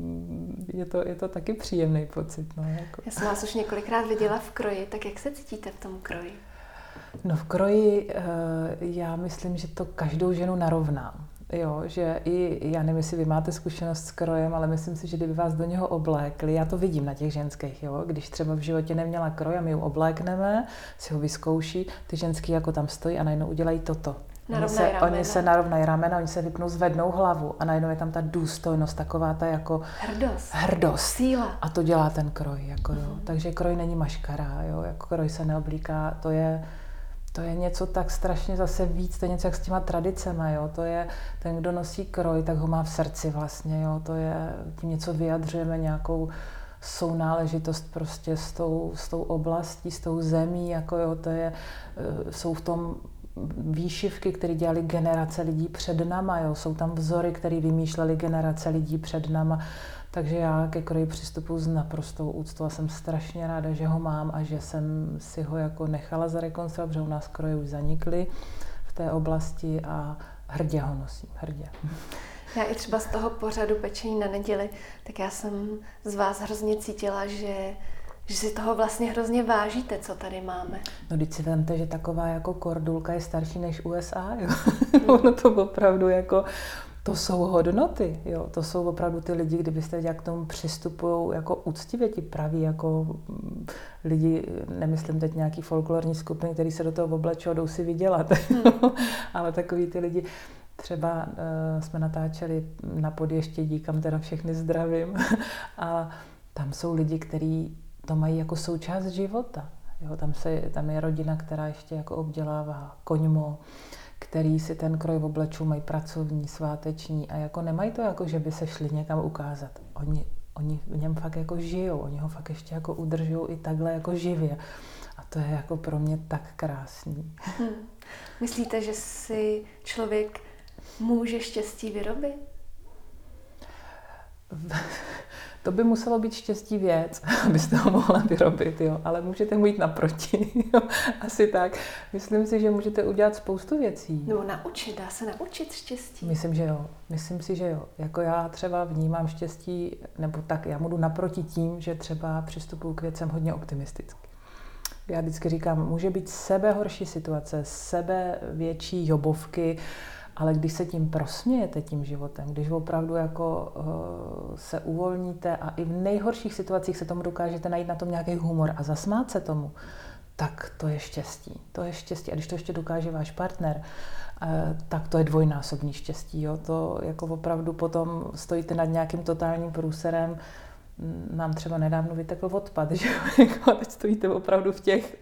je, to, je to taky příjemný pocit. No, jako. Já jsem vás už několikrát viděla v kroji, tak jak se cítíte v tom kroji? No v kroji já myslím, že to každou ženu narovná. Jo, že i, já nevím, jestli vy máte zkušenost s krojem, ale myslím si, že kdyby vás do něho oblékli, já to vidím na těch ženských, jo, když třeba v životě neměla kroj a my ji oblékneme, si ho vyzkouší, ty ženský jako tam stojí a najednou udělají toto. Oni se, oni se narovnají ramena, oni se vypnou, zvednou hlavu a najednou je tam ta důstojnost, taková ta jako hrdost, hrdost. síla. A to dělá ten kroj. Jako, jo. Takže kroj není maškara, jo, jako kroj se neoblíká, to je To je něco tak strašně zase víc, to je něco jak s těma tradicema, jo. To je ten, kdo nosí kroj, tak ho má v srdci vlastně, jo. To je, tím něco vyjadřujeme, nějakou sounáležitost prostě s tou, s tou oblastí, s tou zemí, jako jo, to je, jsou v tom výšivky, které dělali generace lidí před náma, jo. Jsou tam vzory, které vymýšleli generace lidí před náma. Takže já ke kroji přistupuji s naprostou úctou a jsem strašně ráda, že ho mám a že jsem si ho jako nechala zarekonstruovat, protože u nás kroje už zanikly v té oblasti a hrdě ho nosím, hrdě. Já i třeba z toho pořadu Pečení na neděli, tak já jsem z vás hrozně cítila, že, že si toho vlastně hrozně vážíte, co tady máme. No když si vemte, že taková jako kordulka je starší než U S A, jo. Ono to opravdu jako... To jsou hodnoty, jo. To jsou opravdu ty lidi, kdybyste viděli, jak k tomu přistupují jako úctivě, ti praví jako lidi, nemyslím teď nějaký folklorní skupiny, který se do toho oblečou a jdou si vydělat, hmm. ale takový ty lidi, třeba uh, jsme natáčeli na Podještědí, kam teda všechny zdravím, a tam jsou lidi, kteří to mají jako součást života. Jo. Tam, se, tam je rodina, která ještě jako obdělává koňmo, který si ten kroj oblečou, mají pracovní, sváteční a jako nemají to jako, že by se šli někam ukázat. Oni, oni v něm fakt jako žijou, oni ho fakt ještě jako udržují i takhle jako živě. A to je jako pro mě tak krásný. Hmm. Myslíte, že si člověk může štěstí vyrobit? To by muselo být štěstí věc, abyste ho mohla vyrobit, jo. Ale můžete mu jít naproti, jo. Asi tak. Myslím si, že můžete udělat spoustu věcí. Nebo naučit, dá se naučit štěstí? Myslím, že jo. Myslím si, že jo. Jako já třeba vnímám štěstí, nebo tak, já budu naproti tím, že třeba přistupuji k věcem hodně optimisticky. Já vždycky říkám, může být sebe horší situace, sebe větší jobovky, ale když se tím prosmějete tím životem, když opravdu jako uh, se uvolníte a i v nejhorších situacích se tomu dokážete najít na tom nějaký humor a zasmát se tomu, tak to je štěstí. To je štěstí. A když to ještě dokáže váš partner, uh, tak to je dvojnásobný štěstí. Jo? To jako opravdu potom stojíte nad nějakým totálním průserem. Nám třeba nedávno vytekl odpad, že jo, teď stojíte opravdu v těch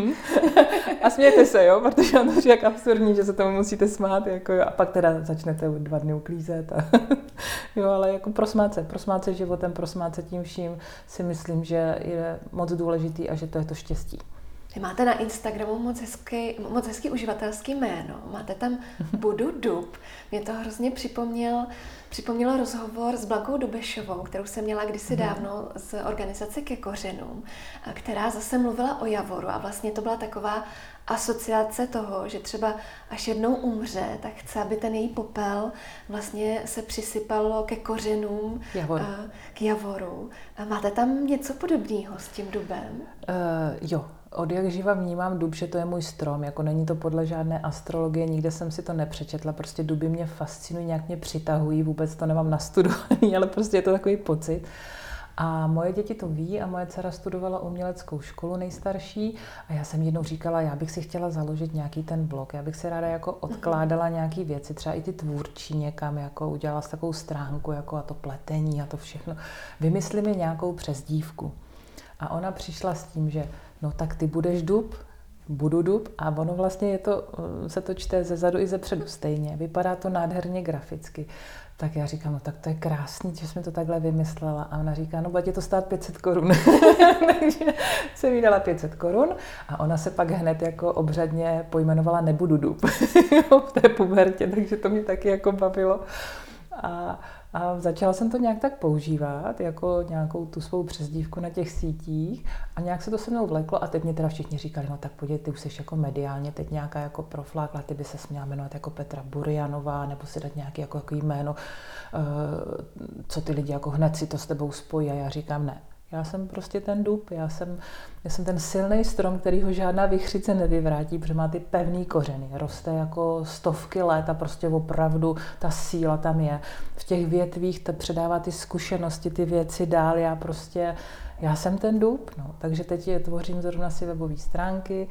a smějete se, jo, protože on to je jak absurdní, že se tomu musíte smát, jako jo, a pak teda začnete dva dny uklízet a jo, ale jako prosmát se, prosmát se životem, prosmát se tím vším si myslím, že je moc důležitý a že to je to štěstí. Vy máte na Instagramu moc hezký, moc hezký uživatelský jméno. Máte tam Budu Dub. Mě to hrozně připomněl, připomnělo rozhovor s Blankou Dubešovou, kterou jsem měla kdysi dávno z organizace Ke kořenům, která zase mluvila o javoru. A vlastně to byla taková asociace toho, že třeba až jednou umře, tak chce, aby ten její popel vlastně se přisypalo ke kořenům, Javoru. k javoru. A máte tam něco podobného s tím dubem? Uh, jo. Od jak živa vnímám dub, že to je můj strom, jako není to podle žádné astrologie, nikde jsem si to nepřečetla, prostě duby mě fascinují, nějak mě přitahují, vůbec to nemám nastudovaný, ale prostě je to takový pocit. A moje děti to ví a moje dcera studovala uměleckou školu nejstarší a já jsem jednou říkala, já bych si chtěla založit nějaký ten blog, já bych si ráda jako odkládala nějaký věci, třeba i ty tvůrčí někam, jako udělala s takovou stránku, jako a to pletení a to všechno. Vymysli mi nějakou přezdívku. A ona přišla s tím, že no tak ty budeš dub, budu dub a ono vlastně je to, se to čte ze zadu i ze předu stejně. Vypadá to nádherně graficky. Tak já říkám, no tak to je krásný, že jsi mi to takhle vymyslela. A ona říká, no bude ti to stát pět set korun. Takže jsem jí dala pět set korun a ona se pak hned jako obřadně pojmenovala Nebudu dub v té pubertě, takže to mě taky jako bavilo. A, a začala jsem to nějak tak používat, jako nějakou tu svou přezdívku na těch sítích a nějak se to se mnou vleklo a teď mě teda všichni říkali, no tak podívej, ty už jsi jako mediálně teď nějaká jako proflákla, ty by se směla jmenovat jako Petra Burianová nebo si dát nějaký jako, jako jméno, co ty lidi jako hned si to s tebou spojí a já říkám ne. Já jsem prostě ten dub, já jsem, já jsem ten silný strom, který ho žádná vichřice nevyvrátí, protože má ty pevný kořeny. Roste jako stovky let a prostě opravdu ta síla tam je. V těch větvích to předává ty zkušenosti, ty věci dál. Já prostě, já jsem ten dub, no. Takže teď je tvořím zrovna si webové stránky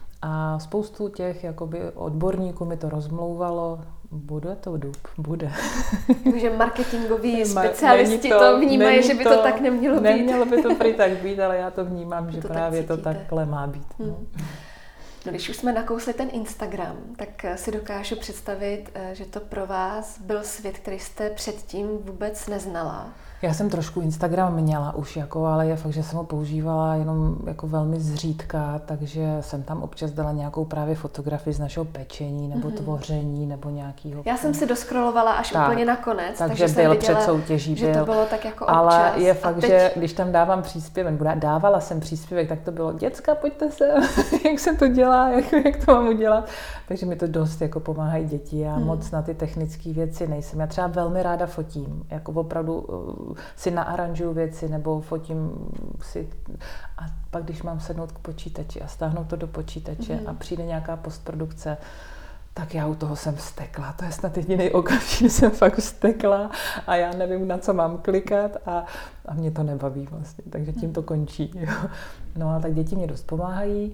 a spoustu těch jakoby odborníků mi to rozmlouvalo. Bude to dub, bude. Takže marketingoví specialisti to, to vnímají, že by to, to tak nemělo být. Nemělo by to prý tak být, ale já to vnímám, že to právě tak to takhle má být. Hmm. No. No, když už jsme nakousli ten Instagram, tak si dokážu představit, že to pro vás byl svět, který jste předtím vůbec neznala. Já jsem trošku Instagram měla už, jako, ale je fakt, že jsem ho používala jenom jako velmi zřídka, takže jsem tam občas dala nějakou právě fotografii z našeho pečení nebo mm-hmm. tvoření nebo nějakýho. Já jsem si doskrolovala až tak, úplně nakonec, takže, takže byl jsem viděla, před soutěží, že byl. to bylo tak jako občas. Ale je fakt, teď... že když tam dávám příspěvek, dávala jsem příspěvek, tak to bylo děcka, pojďte se, jak se to dělá, jak, jak to mám udělat. Takže mi to dost jako pomáhají děti. Já hmm. moc na ty technické věci nejsem. Já třeba velmi ráda fotím, jako opravdu uh, si naaranžuju věci nebo fotím si a pak, když mám sednout k počítači a stáhnout to do počítače hmm. a přijde nějaká postprodukce, tak já u toho jsem vztekla. To je snad jediný okamžik, že jsem fakt vztekla a já nevím, na co mám klikat a, a mě to nebaví vlastně, takže tím to končí. Jo. No a tak děti mě dost pomáhají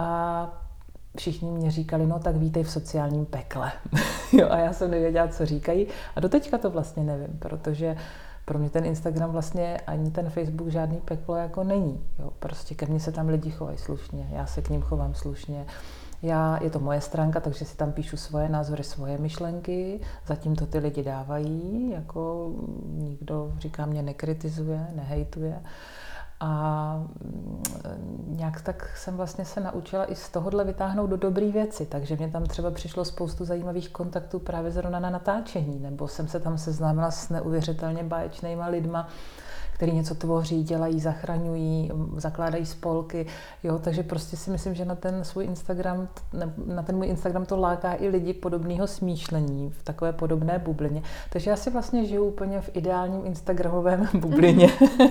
a všichni mě říkali, no tak vítej v sociálním pekle. Jo, a já jsem nevěděla, co říkají a doteďka to vlastně nevím, protože pro mě ten Instagram vlastně ani ten Facebook žádný peklo jako není. Jo. Prostě ke mně se tam lidi chovají slušně, já se k ním chovám slušně. Já, je to moje stránka, takže si tam píšu svoje názory, svoje myšlenky, zatím to ty lidi dávají, jako nikdo, říká, mě nekritizuje, nehejtuje. A nějak tak jsem vlastně se naučila i z tohohle vytáhnout do dobrý věci, takže mě tam třeba přišlo spoustu zajímavých kontaktů právě zrovna na natáčení, nebo jsem se tam seznámila s neuvěřitelně báječnýma lidma, který něco tvoří, dělají, zachraňují, zakládají spolky, jo, takže prostě si myslím, že na ten svůj Instagram, na ten můj Instagram to láká i lidi podobného smýšlení, v takové podobné bublině. Takže já si vlastně žiju úplně v ideálním instagramovém bublině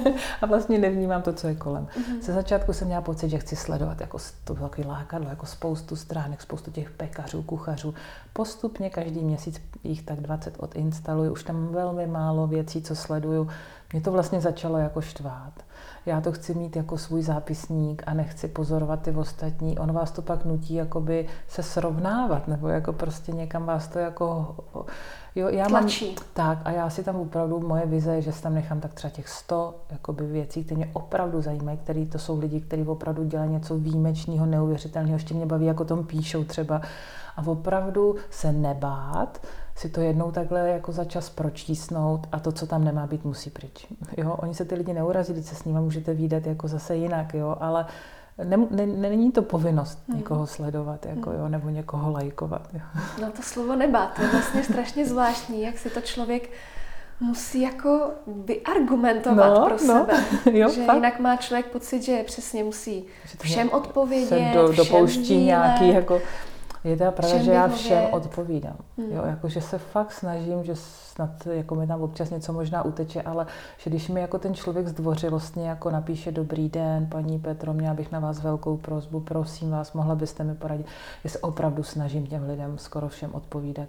a vlastně nevnímám to, co je kolem. Mm-hmm. Ze začátku jsem měla pocit, že chci sledovat jako to takový lákadlo, jako spoustu stránek, spoustu těch pekařů, kuchařů. Postupně každý měsíc jich tak dvacet odinstaluju, už tam velmi málo věcí, co sleduju. Mě to vlastně začalo jako štvát. Já to chci mít jako svůj zápisník a nechci pozorovat ty ostatní. On vás to pak nutí jakoby se srovnávat, nebo jako prostě někam vás to jako... Jo, já mám, tak a já si tam opravdu, moje vize je, že si tam nechám tak třeba těch sto jakoby věcí, které mě opravdu zajímají, který to jsou lidi, kteří opravdu dělají něco výjimečného, neuvěřitelného, ještě mě baví, jako tom píšou třeba. A opravdu se nebát, si to jednou takhle jako za čas pročísnout a to, co tam nemá být, musí pryč. Jo, oni se ty lidi neurazí, když se s nimi můžete vídat jako zase jinak, jo, ale ne, ne, není to povinnost hmm. někoho sledovat, jako, jo, nebo někoho lajkovat. Jo. No to slovo nebát, to je vlastně strašně zvláštní, jak si to člověk musí jako vyargumentovat no, pro no, sebe. Jo, že fakt. Jinak má člověk pocit, že přesně musí všem odpovědět, se do, všem dopouští sdílet. nějaký jako... Je teda pravda, že já všem vyhovět. odpovídám. Hmm. Jo, jako, že se fakt snažím, že snad jako mi tam občas něco možná uteče, ale že když mi jako ten člověk zdvořilostně jako napíše dobrý den, paní Petro, měla bych na vás velkou prosbu, prosím vás, mohla byste mi poradit. Já se opravdu snažím těm lidem skoro všem odpovídat.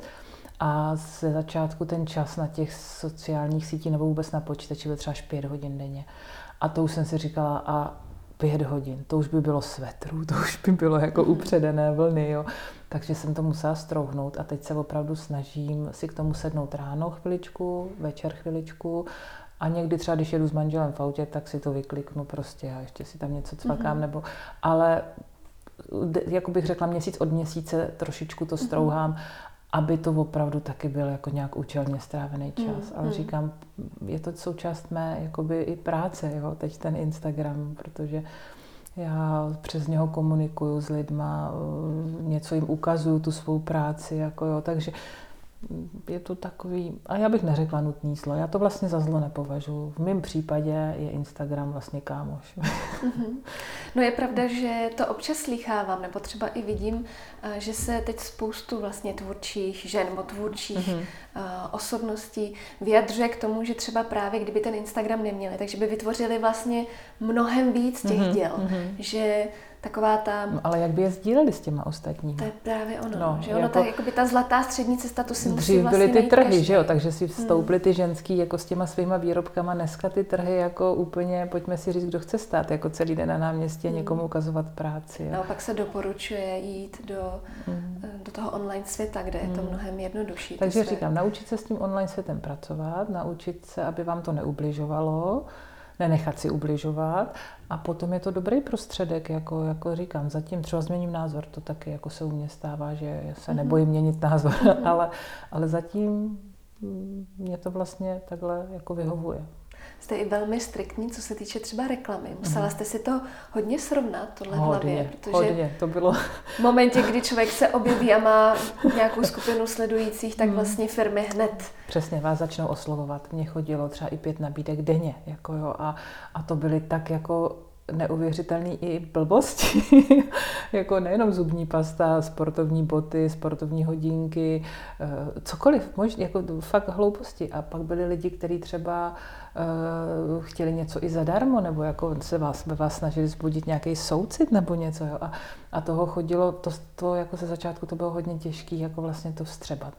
A ze začátku ten čas na těch sociálních sítích nebo vůbec na počítači byl třeba až pět hodin denně. A to už jsem si říkala, a pět hodin, to už by bylo svetrů, to už by bylo jako upředené vlny, jo. Takže jsem to musela strouhnout a teď se opravdu snažím si k tomu sednout ráno chviličku, večer chviličku a někdy třeba, když jedu s manželem v autě, tak si to vykliknu prostě a ještě si tam něco cvakám, mm-hmm. nebo, ale jako bych řekla, měsíc od měsíce trošičku to strouhám, mm-hmm. aby to opravdu taky byl jako nějak účelně strávený čas. Mm, Ale mm. říkám, je to součást mé jakoby i práce, jo, teď ten Instagram, protože já přes něho komunikuju s lidma, něco jim ukazuju, tu svou práci, jako jo, takže je to takový, a já bych neřekla nutný zlo, já to vlastně za zlo nepovažuji. V mém případě je Instagram vlastně kámoš. Mm-hmm. No je pravda, že to občas slýchávám, nebo třeba i vidím, že se teď spoustu vlastně tvůrčích žen nebo tvůrčích mm-hmm. osobností vyjadřuje k tomu, že třeba právě kdyby ten Instagram neměli, takže by vytvořili vlastně mnohem víc těch mm-hmm. děl, mm-hmm. že taková ta... No, ale jak by je sdíleli s těma ostatními? To je právě ono, no, že ono, jako... tak, jakoby ta zlatá střední cesta, to si musí Dřív vlastně byly ty trhy, každý. že jo, takže si vstoupily ty ženský jako s těma svýma výrobkama, dneska ty trhy jako úplně, pojďme si říct, kdo chce stát, jako celý den na náměstí a někomu ukazovat práci. Jo. No, pak se doporučuje jít do, mm. do toho online světa, kde je to mnohem jednodušší. Takže říkám, naučit se s tím online světem pracovat, naučit se, aby vám to neubližovalo, nenechat si ubližovat a potom je to dobrý prostředek, jako, jako říkám, zatím třeba změním názor, to taky jako se u mě stává, že se nebojím měnit názor, mm-hmm. ale, ale zatím mě to vlastně takhle jako vyhovuje. Jste i velmi striktní, co se týče třeba reklamy. Musela jste si to hodně srovnat, tohle v hlavě, protože hodně, to bylo... v momentě, kdy člověk se objeví a má nějakou skupinu sledujících, tak vlastně firmy hned. Přesně, vás začnou oslovovat. Mně chodilo třeba i pět nabídek denně, jako jo, a, a to byly tak jako neuvěřitelný i blbosti, jako nejenom zubní pasta, sportovní boty, sportovní hodinky, cokoliv, možná, jako fakt hlouposti. A pak byli lidi, kteří třeba uh, chtěli něco i zadarmo, nebo jako se vás, by vás snažili vzbudit nějaký soucit nebo něco. Jo. A, a toho chodilo, to, to jako ze začátku to bylo hodně těžké, jako vlastně to vstřebat.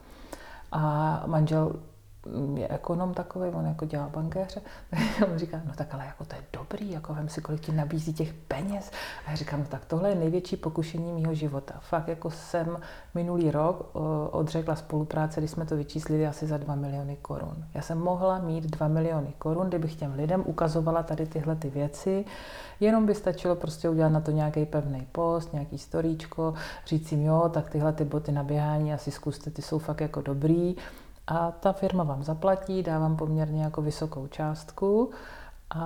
A manžel je ekonom takový, on jako dělá bankéře, on říká, no tak ale jako to je dobrý, jako vem si, kolik ti nabízí těch peněz. A já říkám, no tak tohle je největší pokušení mýho života. Fakt jako jsem minulý rok odřekla spolupráce, když jsme to vyčíslili asi za dva miliony korun. Já jsem mohla mít dva miliony korun, kdybych těm lidem ukazovala tady tyhle ty věci, jenom by stačilo prostě udělat na to nějaký pevný post, nějaký storíčko, říct jim, jo, tak tyhle ty boty na běhání asi zkuste, ty jsou fakt jako dobrý. A ta firma vám zaplatí, dá vám poměrně jako vysokou částku a,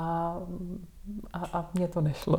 a, a mně to nešlo.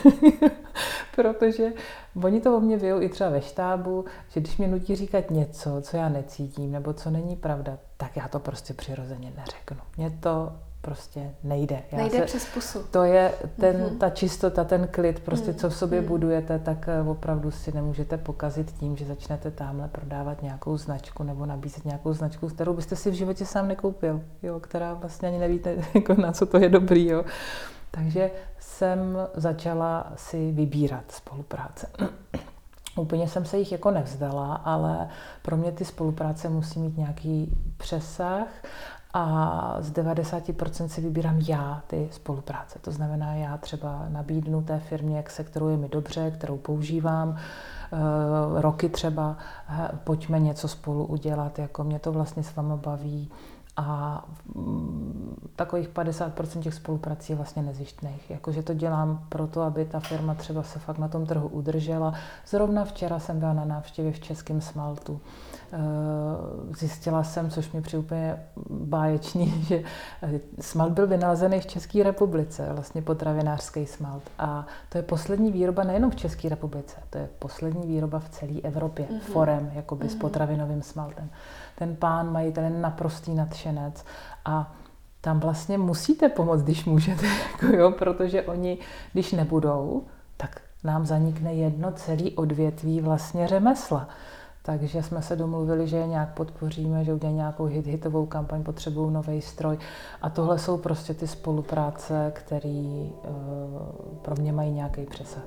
Protože oni to o mě vějou i třeba ve štábu, že když mě nutí říkat něco, co já necítím nebo co není pravda, tak já to prostě přirozeně neřeknu. Mě to prostě nejde. Já nejde se, přes pusu. To je ten, mm-hmm. ta čistota, ten klid, prostě co v sobě mm. budujete, tak opravdu si nemůžete pokazit tím, že začnete tamhle prodávat nějakou značku nebo nabízet nějakou značku, kterou byste si v životě sám nekoupil, jo, která vlastně ani nevíte, jako na co to je dobrý. Jo. Takže jsem začala si vybírat spolupráce. Úplně jsem se jich jako nevzdala, ale pro mě ty spolupráce musí mít nějaký přesah a z devadesát procent si vybírám já ty spolupráce. To znamená, já třeba nabídnu té firmě, se kterou je mi dobře, kterou používám, roky třeba, pojďme něco spolu udělat, jako mě to vlastně s váma baví. A takových padesát procent těch spoluprací je vlastně nezištných. Jakože to dělám proto, aby ta firma třeba se fakt na tom trhu udržela. Zrovna včera jsem byla na návštěvě v českém smaltu. Zjistila jsem, což mě přijde úplně báječný, že smalt byl vynalezený v České republice, vlastně potravinářský smalt. A to je poslední výroba nejenom v České republice, to je poslední výroba v celé Evropě, mm-hmm. forem, jakoby mm-hmm. s potravinovým smaltem. Ten pán majitel je naprostý nadšenec a tam vlastně musíte pomoct, když můžete, jako jo, protože oni, když nebudou, tak nám zanikne jedno celé odvětví vlastně řemesla. Takže jsme se domluvili, že je nějak podpoříme, že udělají nějakou hit, hitovou kampaň, potřebují nový stroj. A tohle jsou prostě ty spolupráce, které uh, pro mě mají nějaký přesah.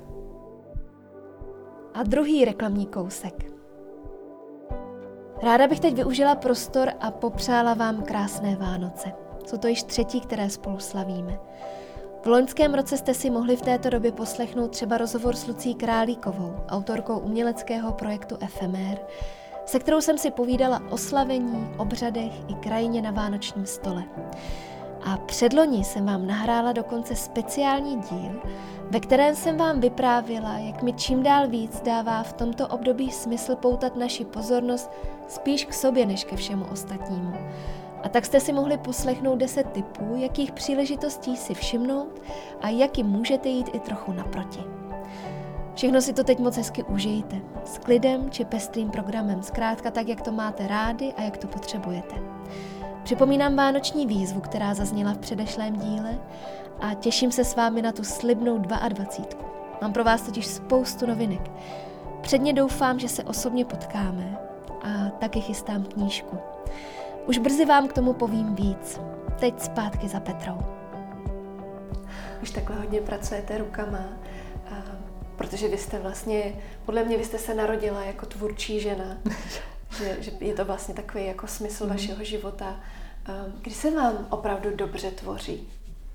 A druhý reklamní kousek. Ráda bych teď využila prostor a popřála vám krásné Vánoce. Jsou to již třetí, které spolu slavíme. V loňském roce jste si mohli v této době poslechnout třeba rozhovor s Lucí Králíkovou, autorkou uměleckého projektu Efemér, se kterou jsem si povídala o slavení, obřadech i krajině na vánočním stole. A předloni jsem vám nahrála dokonce speciální díl, ve kterém jsem vám vyprávěla, jak mi čím dál víc dává v tomto období smysl poutat naši pozornost spíš k sobě, než ke všemu ostatnímu. A tak jste si mohli poslechnout deset tipů, jakých příležitostí si všimnout a jak jim můžete jít i trochu naproti. Všechno si to teď moc hezky užijte, s klidem či pestrým programem, zkrátka tak, jak to máte rádi a jak to potřebujete. Připomínám vánoční výzvu, která zazněla v předešlém díle a těším se s vámi na tu slibnou dvacítku. Mám pro vás totiž spoustu novinek. Předně doufám, že se osobně potkáme a taky chystám knížku. Už brzy vám k tomu povím víc. Teď zpátky za Petrou. Už takhle hodně pracujete rukama, a protože vy jste vlastně, podle mě vy jste se narodila jako tvůrčí žena, že, že je to vlastně takový jako smysl mm. vašeho života. Kdy se vám opravdu dobře tvoří?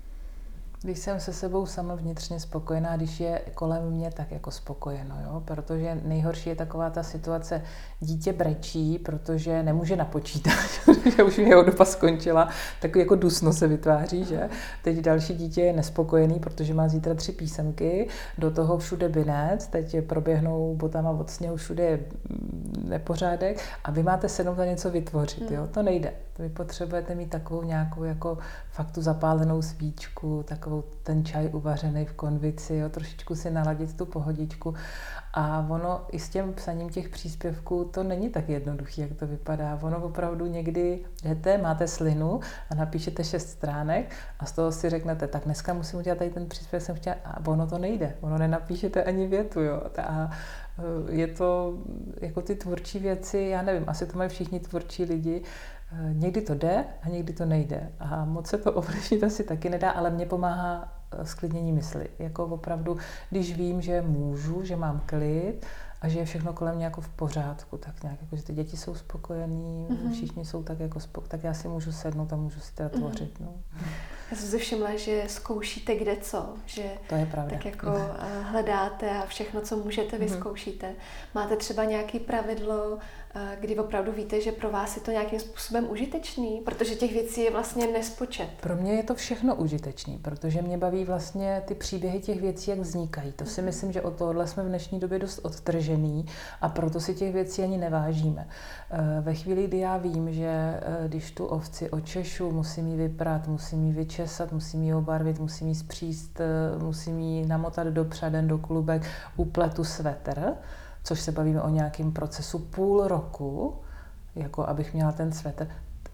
Když jsem se sebou sama vnitřně spokojená, když je kolem mě tak jako spokojeno, jo? Protože nejhorší je taková ta situace, dítě brečí, protože nemůže napočítat, že už jeho doba skončila, takový jako dusno se vytváří, že? Teď další dítě je nespokojený, protože má zítra tři písemky, do toho všude binec, teď proběhnou botama od sněhu, všude je nepořádek a vy máte sednout a něco vytvořit, jo? To nejde. Vy potřebujete mít takovou nějakou jako fakt tu zapálenou svíčku, takovou ten čaj uvařený v konvici, jo, trošičku si naladit tu pohodičku. A ono i s tím psaním těch příspěvků to není tak jednoduché, jak to vypadá. Ono opravdu někdy jdete, máte slinu a napíšete šest stránek a z toho si řeknete, tak dneska musím udělat tady ten příspěvek, jsem chtěla, a ono to nejde. Ono nenapíšete ani větu, jo. A je to jako ty tvůrčí věci, já nevím, asi to mají všichni tvůrčí lidi, někdy to jde a někdy to nejde. A moc se to ovlivnit asi taky nedá, ale mě pomáhá sklidnění mysli. Jako opravdu, když vím, že můžu, že mám klid a že je všechno kolem mě jako v pořádku, tak nějak, jako, že ty děti jsou spokojený, mm-hmm. všichni jsou tak jako spokojení, tak já si můžu sednout a můžu si teda tvořit. Mm-hmm. No. Já jsem si všimla, že zkoušíte kde co, že to je pravda. Tak jako hledáte a všechno, co můžete, vyzkoušíte. Máte třeba nějaké pravidlo, kdy opravdu víte, že pro vás je to nějakým způsobem užitečný, protože těch věcí je vlastně nespočet. Pro mě je to všechno užitečný, protože mě baví vlastně ty příběhy těch věcí, jak vznikají. To si myslím, že od tohohle jsme v dnešní době dost odtržený a proto si těch věcí ani nevážíme. Ve chvíli, kdy já vím, že když tu ovci očešu, musím ji vyprát, musím ji vyčesat, musím ji obarvit, musím ji zpříst, musím ji namotat do přaden, do klubek, upletu svetr, což se bavíme o nějakém procesu půl roku, jako abych měla ten svetr.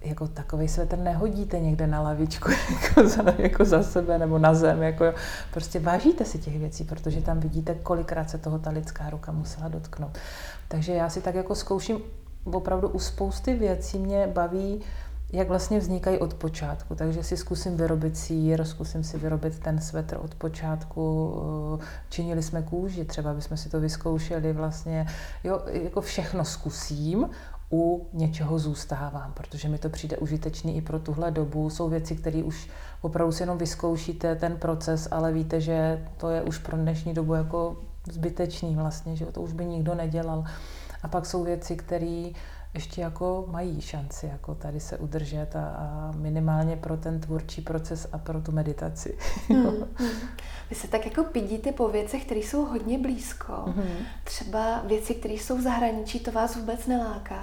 jako takovej svetr nehodíte někde na lavičku jako za, jako za sebe nebo na zem. Jako, prostě vážíte si těch věcí, protože tam vidíte, kolikrát se toho ta lidská ruka musela dotknout. Takže já si tak jako zkouším opravdu u spousty věcí mě baví, jak vlastně vznikají od počátku. Takže si zkusím vyrobit sýr, zkusím si vyrobit ten svetr od počátku. Činili jsme kůži, třeba bychom si to vyzkoušeli vlastně. Jo, jako všechno zkusím, u něčeho zůstávám, protože mi to přijde užitečný i pro tuhle dobu. Jsou věci, které už opravdu si jenom vyzkoušíte ten proces, ale víte, že to je už pro dnešní dobu jako zbytečný vlastně, že to už by nikdo nedělal. A pak jsou věci, které ještě jako mají šanci jako tady se udržet a, a minimálně pro ten tvůrčí proces a pro tu meditaci. Hmm, hmm. Vy se tak jako pídíte po věcech, které jsou hodně blízko. Hmm. Třeba věci, které jsou v zahraničí, to vás vůbec neláká?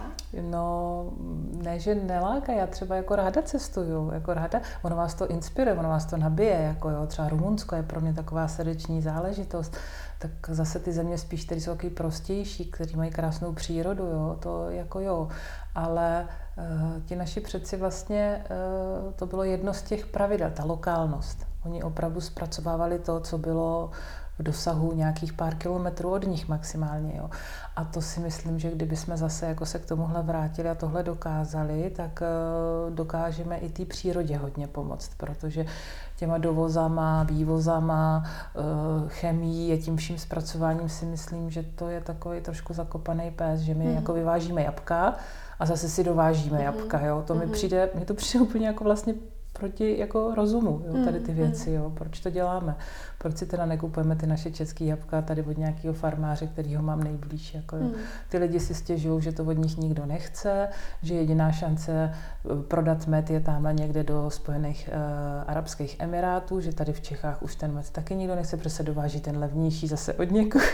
No, ne, že neláká, já třeba jako ráda cestuju, jako ráda, ono vás to inspiruje, ono vás to nabije, jako jo, třeba Rumunsko je pro mě taková srdeční záležitost. Tak zase ty země spíš, které jsou takový prostější, které mají krásnou přírodu, jo, to jako jo, ale uh, ti naši předci vlastně, uh, to bylo jedno z těch pravidel, ta lokálnost. Oni opravdu zpracovávali to, co bylo v dosahu nějakých pár kilometrů od nich maximálně, jo. A to si myslím, že kdyby jsme zase jako se k tomuhle vrátili a tohle dokázali, tak uh, dokážeme i té přírodě hodně pomoct, protože těma dovozama, vývozama, uh, chemií a tím vším zpracováním si myslím, že to je takový trošku zakopaný pes, že my mm. jako vyvážíme jabka a zase si dovážíme mm. jabka, jo. To mm. mi přijde, mi to přijde úplně jako vlastně proti jako rozumu, jo, tady ty věci, jo. Proč to děláme? Proč si teda nekupujeme ty naše české jabka tady od nějakého farmáře, kterýho mám nejblíž, jako jo. Ty lidi si stěžují, že to od nich nikdo nechce, že jediná šance prodat med je tamhle někde do Spojených uh, arabských emirátů, že tady v Čechách už ten med taky nikdo nechce, protože se dováží ten levnější zase od někoho.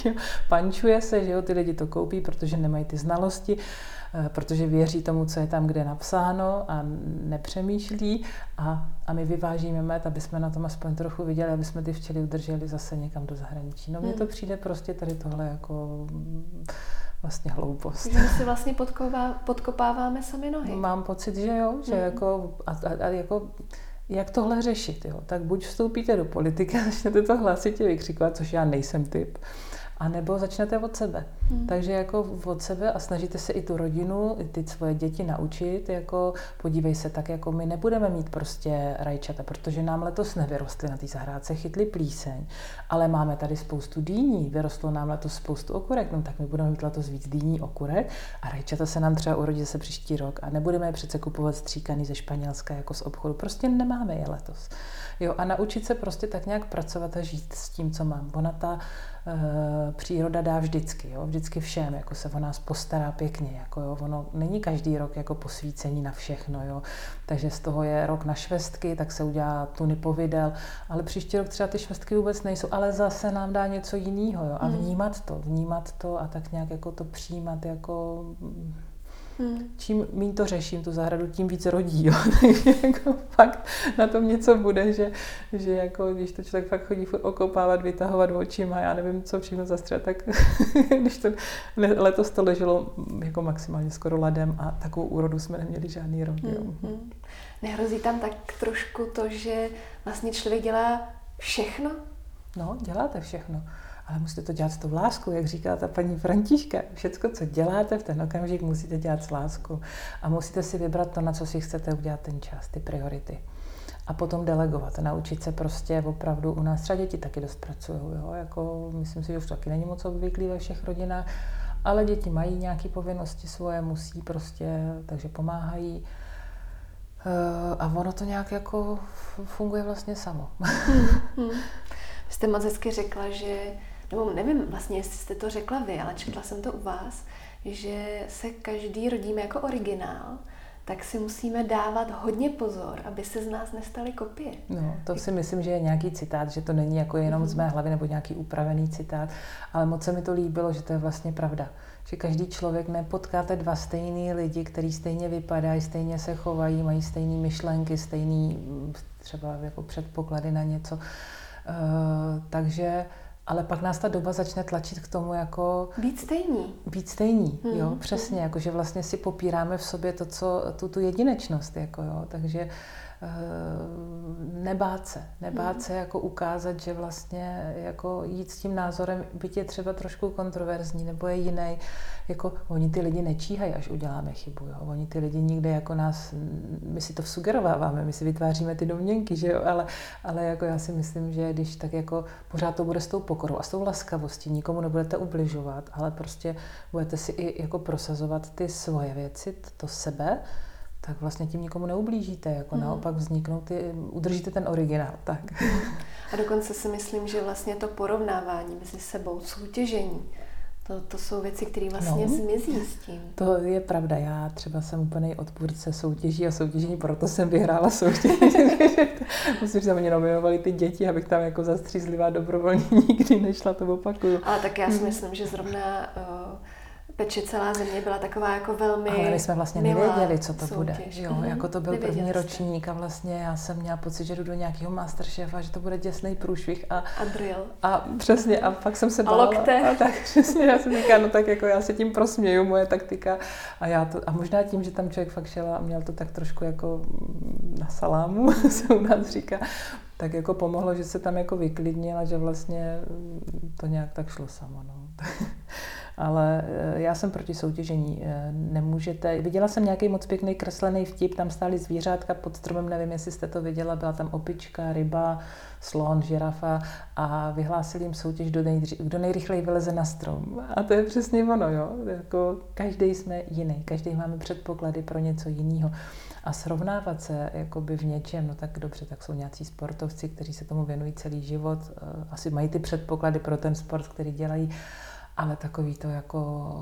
Pančuje se, že jo, ty lidi to koupí, protože nemají ty znalosti, protože věří tomu, co je tam, kde je napsáno a nepřemýšlí a, a my vyvážíme med, aby jsme na tom aspoň trochu viděli, aby jsme ty včely udrželi zase někam do zahraničí. No mně to přijde prostě tady tohle jako vlastně hloupost. Že my si vlastně podková, podkopáváme sami nohy. Mám pocit, že jo, že mm. jako, a, a, a jako jak tohle řešit, jo? Tak buď vstoupíte do politiky a začnete to hlasitě vykřikovat, což já nejsem typ, a nebo začnete od sebe. Hmm. Takže jako od sebe a snažíte se i tu rodinu, i ty svoje děti naučit, jako podívej se, tak jako my nebudeme mít prostě rajčata, protože nám letos nevyrostly na té zahrádce, chytli plíseň, ale máme tady spoustu dýní, vyrostlo nám letos spoustu okurek, no tak my budeme mít letos víc dýní, okurek a rajčata se nám třeba urodí zase příští rok a nebudeme je přece kupovat stříkaný ze Španělska jako z obchodu, prostě nemáme je letos. Jo, a naučit se prostě tak nějak pracovat a žít s tím, co mám. Ona ta e, příroda dá vždycky, jo, vždycky všem, jako se o nás postará pěkně, jako jo, ono není každý rok jako posvícení na všechno, jo, takže z toho je rok na švestky, tak se udělá tuny povidel, ale příští rok třeba ty švestky vůbec nejsou, ale zase nám dá něco jiného, jo, a vnímat to, vnímat to a tak nějak jako to přijímat, jako... Hmm. Čím méně to řeším, tu zahradu, tím víc rodí, jo. Takže jako fakt na tom něco bude, že, že jako, když to člověk fakt chodí okopávat, vytahovat očima, já nevím, co všechno zastřet, tak když to letos to leželo jako maximálně skoro ladem a takovou úrodu jsme neměli žádný rok. Jo. Hmm. Nehrozí tam tak trošku to, že vlastně člověk dělá všechno? No, děláte všechno. Ale musíte to dělat s tou láskou, jak říká ta paní Františka. Všecko, co děláte v ten okamžik, musíte dělat s láskou. A musíte si vybrat to, na co si chcete udělat ten čas, ty priority. A potom delegovat, naučit se prostě opravdu, u nás třeba děti taky dost pracují, jo? Jako, myslím si, že už taky není moc obvyklý ve všech rodinách, ale děti mají nějaké povinnosti svoje, musí prostě, takže pomáhají. A ono to nějak jako funguje vlastně samo. Hmm, hmm. Vy jste moc hezky řekla, že, nebo nevím vlastně, jestli jste to řekla vy, ale četla jsem to u vás, že se každý rodíme jako originál, tak si musíme dávat hodně pozor, aby se z nás nestaly kopie. No, to si myslím, že je nějaký citát, že to není jako jenom mm. z mé hlavy nebo nějaký upravený citát, ale moc se mi to líbilo, že to je vlastně pravda. Že každý člověk, nepotkáte dva stejný lidi, kteří stejně vypadají, stejně se chovají, mají stejné myšlenky, stejný třeba jako předpoklady na něco. Uh, takže ale pak nás ta doba začne tlačit k tomu jako... Být stejní. Být stejní, hmm. jo, přesně, jako že vlastně si popíráme v sobě to, co, tu, tu jedinečnost, jako jo, takže nebát se, nebát se jako ukázat, že vlastně jako jít s tím názorem, byť je třeba trošku kontroverzní, nebo je jiný, jako oni ty lidi nečíhají, až uděláme chybu, jo? Oni ty lidi nikde jako nás, my si to vsugerováváme, my si vytváříme ty domněnky, že jo, ale, ale jako já si myslím, že když tak jako pořád to bude s tou pokorou a s tou laskavostí, nikomu nebudete ubližovat, ale prostě budete si i jako prosazovat ty svoje věci, to sebe, tak vlastně tím nikomu neublížíte, jako hmm. naopak vzniknou ty, udržíte ten originál, tak. A dokonce si myslím, že vlastně to porovnávání mezi sebou, soutěžení, to, to jsou věci, které vlastně no, zmizí s tím. To je pravda, já třeba jsem úplný odpůrce soutěží a soutěžení, proto jsem vyhrála soutěž. Musím, že tam mě nominovali ty děti, abych tam jako zastřízlivá dobrovolně nikdy nešla, to opakuju. Ale tak já si myslím, že zrovna... Uh, Peče celá země byla taková jako velmi ale my jsme vlastně nevěděli, co to soutěž. Bude. Jo, mm-hmm. Jako to byl Nevěděli první jste. Ročník a vlastně já jsem měla pocit, že jdu do nějakého masterchefa, že to bude děsnej průšvih. A, a drill. A přesně, a pak jsem se bála. A lokte. A tak přesně, já jsem říkala, no tak jako já se tím prosměju, moje taktika. A, já to, a možná tím, že tam člověk fakt šel a měl to tak trošku jako na salámu, se u nás říká, tak jako pomohlo, že se tam jako vyklidnil a že vlastně to nějak tak šlo samo. No. Ale já jsem proti soutěžení. Nemůžete... Viděla jsem nějaký moc pěkný kreslený vtip, tam stály zvířátka pod stromem, nevím, jestli jste to viděla, byla tam opička, ryba, slon, žirafa a vyhlásili jim soutěž, kdo, nejdři, kdo nejrychleji vyleze na strom. A to je přesně ono, jo. Jako každý jsme jiný, každý máme předpoklady pro něco jiného. A srovnávat se jakoby v něčem, no tak dobře, tak jsou nějací sportovci, kteří se tomu věnují celý život, asi mají ty předpoklady pro ten sport, který dělají, ale takový to jako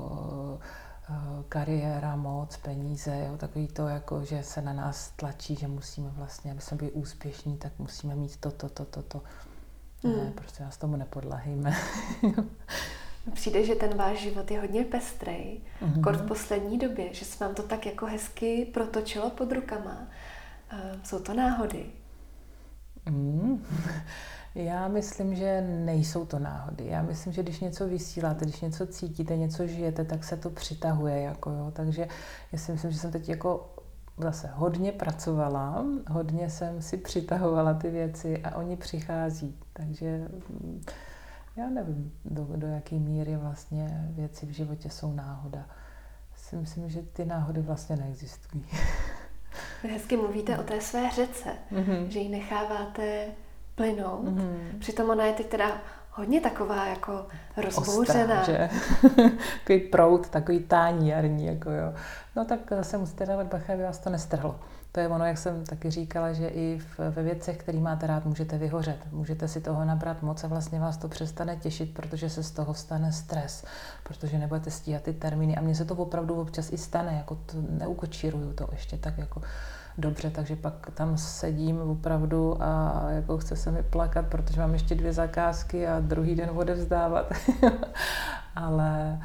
uh, kariéra, moc, peníze, jo, takový to jako, že se na nás tlačí, že musíme vlastně, aby jsme byli úspěšní, tak musíme mít to, to, to, to, to. Hmm. Ne, prostě nás tomu nepodlahejme. Přijde, že ten váš život je hodně pestrej, mm-hmm. kort v poslední době, že se vám to tak jako hezky protočilo pod rukama. Uh, jsou to náhody? Mm. Já myslím, že nejsou to náhody. Já myslím, že když něco vysíláte, když něco cítíte, něco žijete, tak se to přitahuje. Jako jo. Takže já si myslím, že jsem teď jako zase hodně pracovala, hodně jsem si přitahovala ty věci a oni přichází. Takže já nevím, do, do jaké míry vlastně věci v životě jsou náhoda. Si myslím, že ty náhody vlastně neexistují. Vy hezky mluvíte o té své řece, mm-hmm. že ji necháváte plynout. Mm-hmm. Přitom ona je teď teda hodně taková jako rozbouřená. Ostrá, že? Takový proud, takový tání jarní. Jako jo. No tak se musíte dávat bacha, aby vás to nestrhlo. To je ono, jak jsem taky říkala, že i ve věcech, které máte rád, můžete vyhořet. Můžete si toho nabrat moc a vlastně vás to přestane těšit, protože se z toho stane stres, protože nebudete stíhat ty termíny. A mně se to opravdu občas i stane, jako to neukočíruju to ještě tak jako dobře, takže pak tam sedím opravdu a jako chce se mi plakat, protože mám ještě dvě zakázky a druhý den odevzdávat. Ale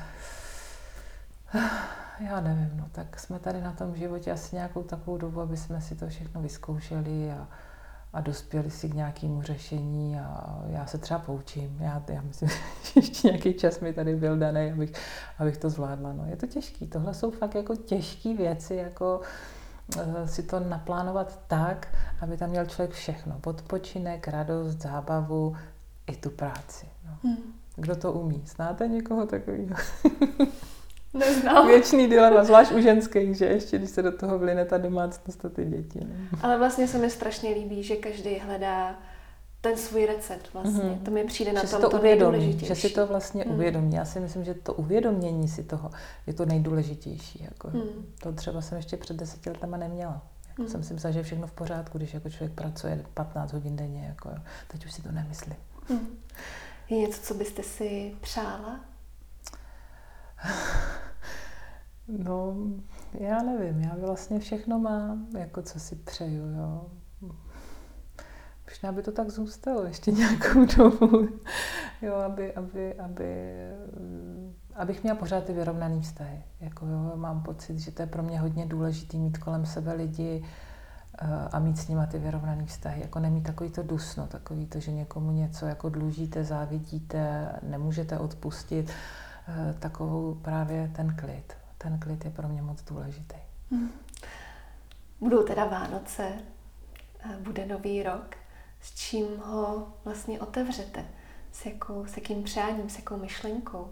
já nevím, no tak jsme tady na tom životě asi nějakou takovou dobu, aby jsme si to všechno vyzkoušeli a, a dospěli si k nějakému řešení a já se třeba poučím. Já, já myslím, že ještě nějaký čas mi tady byl daný, abych, abych to zvládla. No, je to těžký, tohle jsou fakt jako těžké věci, jako si to naplánovat tak, aby tam měl člověk všechno. Odpočinek, radost, zábavu i tu práci. No. Hmm. Kdo to umí? Znáte někoho takového? Neznám. Věčný dilema, zvlášť u ženských, že ještě když se do toho vlyne ta domácnost a ty děti. Ne? Ale vlastně se mi strašně líbí, že každý hledá ten svůj recept vlastně. Mm-hmm. To mi přijde na že tom to, to uvědomí, nejdůležitější. Že si to vlastně mm. uvědomí. Já si myslím, že to uvědomění si toho je to nejdůležitější. Jako. Mm. To třeba jsem ještě před deseti letama neměla. Jako mm. jsem si myslela, že je všechno v pořádku, když jako člověk pracuje patnáct hodin denně. Jako, jo. Teď už si to nemyslím. Mm. Je něco, co byste si přála? No, já nevím. Já vlastně všechno mám, jako co si přeju. Jo. Možná by to tak zůstalo ještě nějakou dobu, jo, aby, aby, aby, abych měla pořád ty vyrovnaný vztahy. Jako, jo, mám pocit, že to je pro mě hodně důležitý mít kolem sebe lidi, a mít s nima ty vyrovnaný vztahy. Jako nemít takový to dusno, takový to, že někomu něco jako dlužíte, závidíte, nemůžete odpustit. Takovou právě ten klid. Ten klid je pro mě moc důležitý. Hmm. Budou teda Vánoce, bude nový rok. S čím ho vlastně otevřete? S, jakou, s jakým přáním, s jakou myšlenkou?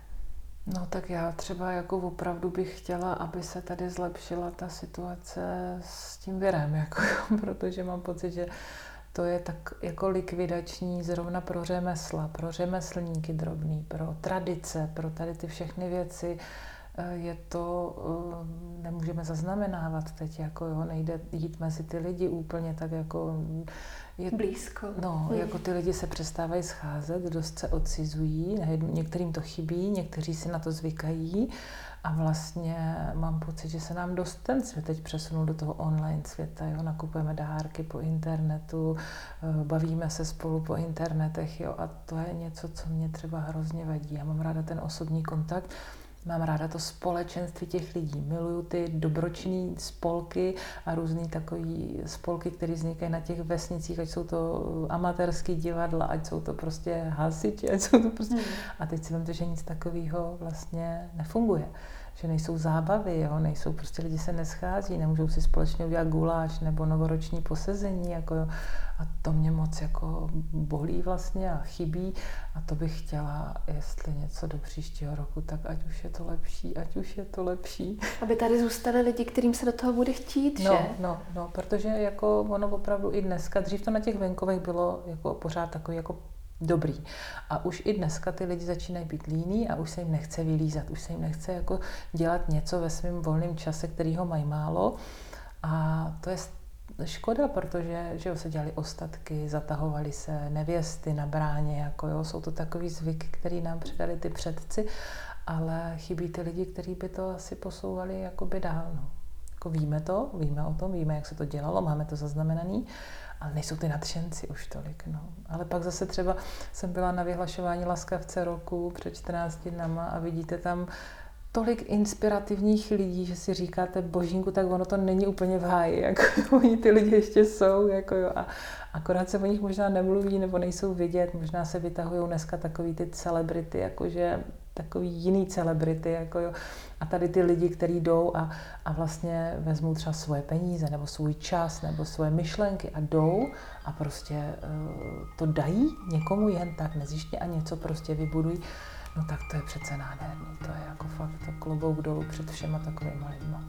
No tak já třeba jako opravdu bych chtěla, aby se tady zlepšila ta situace s tím virem, jako, protože mám pocit, že to je tak jako likvidační zrovna pro řemesla, pro řemeslníky drobný, pro tradice, pro tady ty všechny věci. Je to, nemůžeme zaznamenávat teď, jako jo, nejde jít mezi ty lidi úplně tak jako... Je, blízko. No, hmm. jako ty lidi se přestávají scházet, dost se odcizují, některým to chybí, někteří si na to zvykají a vlastně mám pocit, že se nám dost ten svět teď přesunul do toho online světa, jo, nakupujeme dárky po internetu, bavíme se spolu po internetech, jo, a to je něco, co mě třeba hrozně vadí. Já mám ráda ten osobní kontakt, mám ráda to společenství těch lidí. Miluju ty dobročinné spolky a různý takový spolky, které vznikají na těch vesnicích, ať jsou to amatérský divadla, ať jsou to prostě hasiči, ať jsou to prostě... Hmm. A teď si vemte, že nic takového vlastně nefunguje. Že nejsou zábavy, jo? Nejsou prostě lidi se neschází, nemůžou si společně udělat guláš nebo novoroční posezení, jako jo. A to mě moc jako bolí vlastně a chybí a to bych chtěla, jestli něco do příštího roku, tak ať už je to lepší, ať už je to lepší. Aby tady zůstali lidi, kterým se do toho bude chtít, no, že? No, no, protože jako ono opravdu i dneska, dřív to na těch venkovech bylo jako pořád takový jako dobrý. A už i dneska ty lidi začínají být líní a už se jim nechce vylízat, už se jim nechce jako dělat něco ve svém volném čase, který ho mají málo. A to je škoda, protože že jo, se dělali ostatky, zatahovali se nevěsty na bráně, jako jo, jsou to takový zvyky, který nám předali ty předci, ale chybí ty lidi, kteří by to asi posouvali jakoby dál. No. Jako víme to, víme o tom, víme, jak se to dělalo, máme to zaznamenaný, ale nejsou ty nadšenci už tolik. No. Ale pak zase třeba jsem byla na vyhlašování Laskavce roku před čtrnácti dnama a vidíte tam tolik inspirativních lidí, že si říkáte, božínku, tak ono to není úplně v háji, jako oni ty lidi ještě jsou, jako jo, a akorát se o nich možná nemluví nebo nejsou vidět, možná se vytahují dneska takový ty celebrity, jakože takový jiný celebrity, jako jo, a tady ty lidi, kteří jdou a, a vlastně vezmou třeba svoje peníze nebo svůj čas nebo svoje myšlenky a jdou a prostě uh, to dají někomu jen tak nezištně a něco prostě vybudují. No tak to je přece nádherný, to je jako fakt to klobouk dolů před všema takovýma lidma.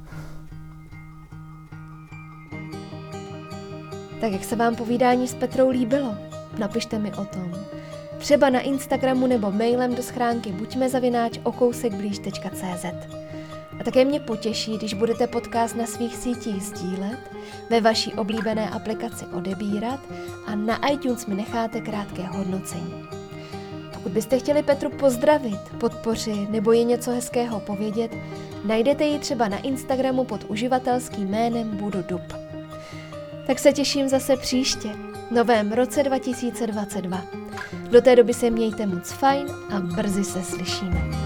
Tak jak se vám povídání s Petrou líbilo? Napište mi o tom. Třeba na Instagramu nebo mailem do schránky buďme zavináč o kousek blíž tečka cé zet. A také mě potěší, když budete podcast na svých sítích sdílet, ve vaší oblíbené aplikaci odebírat a na iTunes mi necháte krátké hodnocení. Pokud byste chtěli Petru pozdravit, podpořit nebo jí něco hezkého povědět, najdete ji třeba na Instagramu pod uživatelským jménem Budu Dub. Tak se těším zase příště, v novém roce dva tisíce dvacet dva. Do té doby se mějte moc fajn a brzy se slyšíme.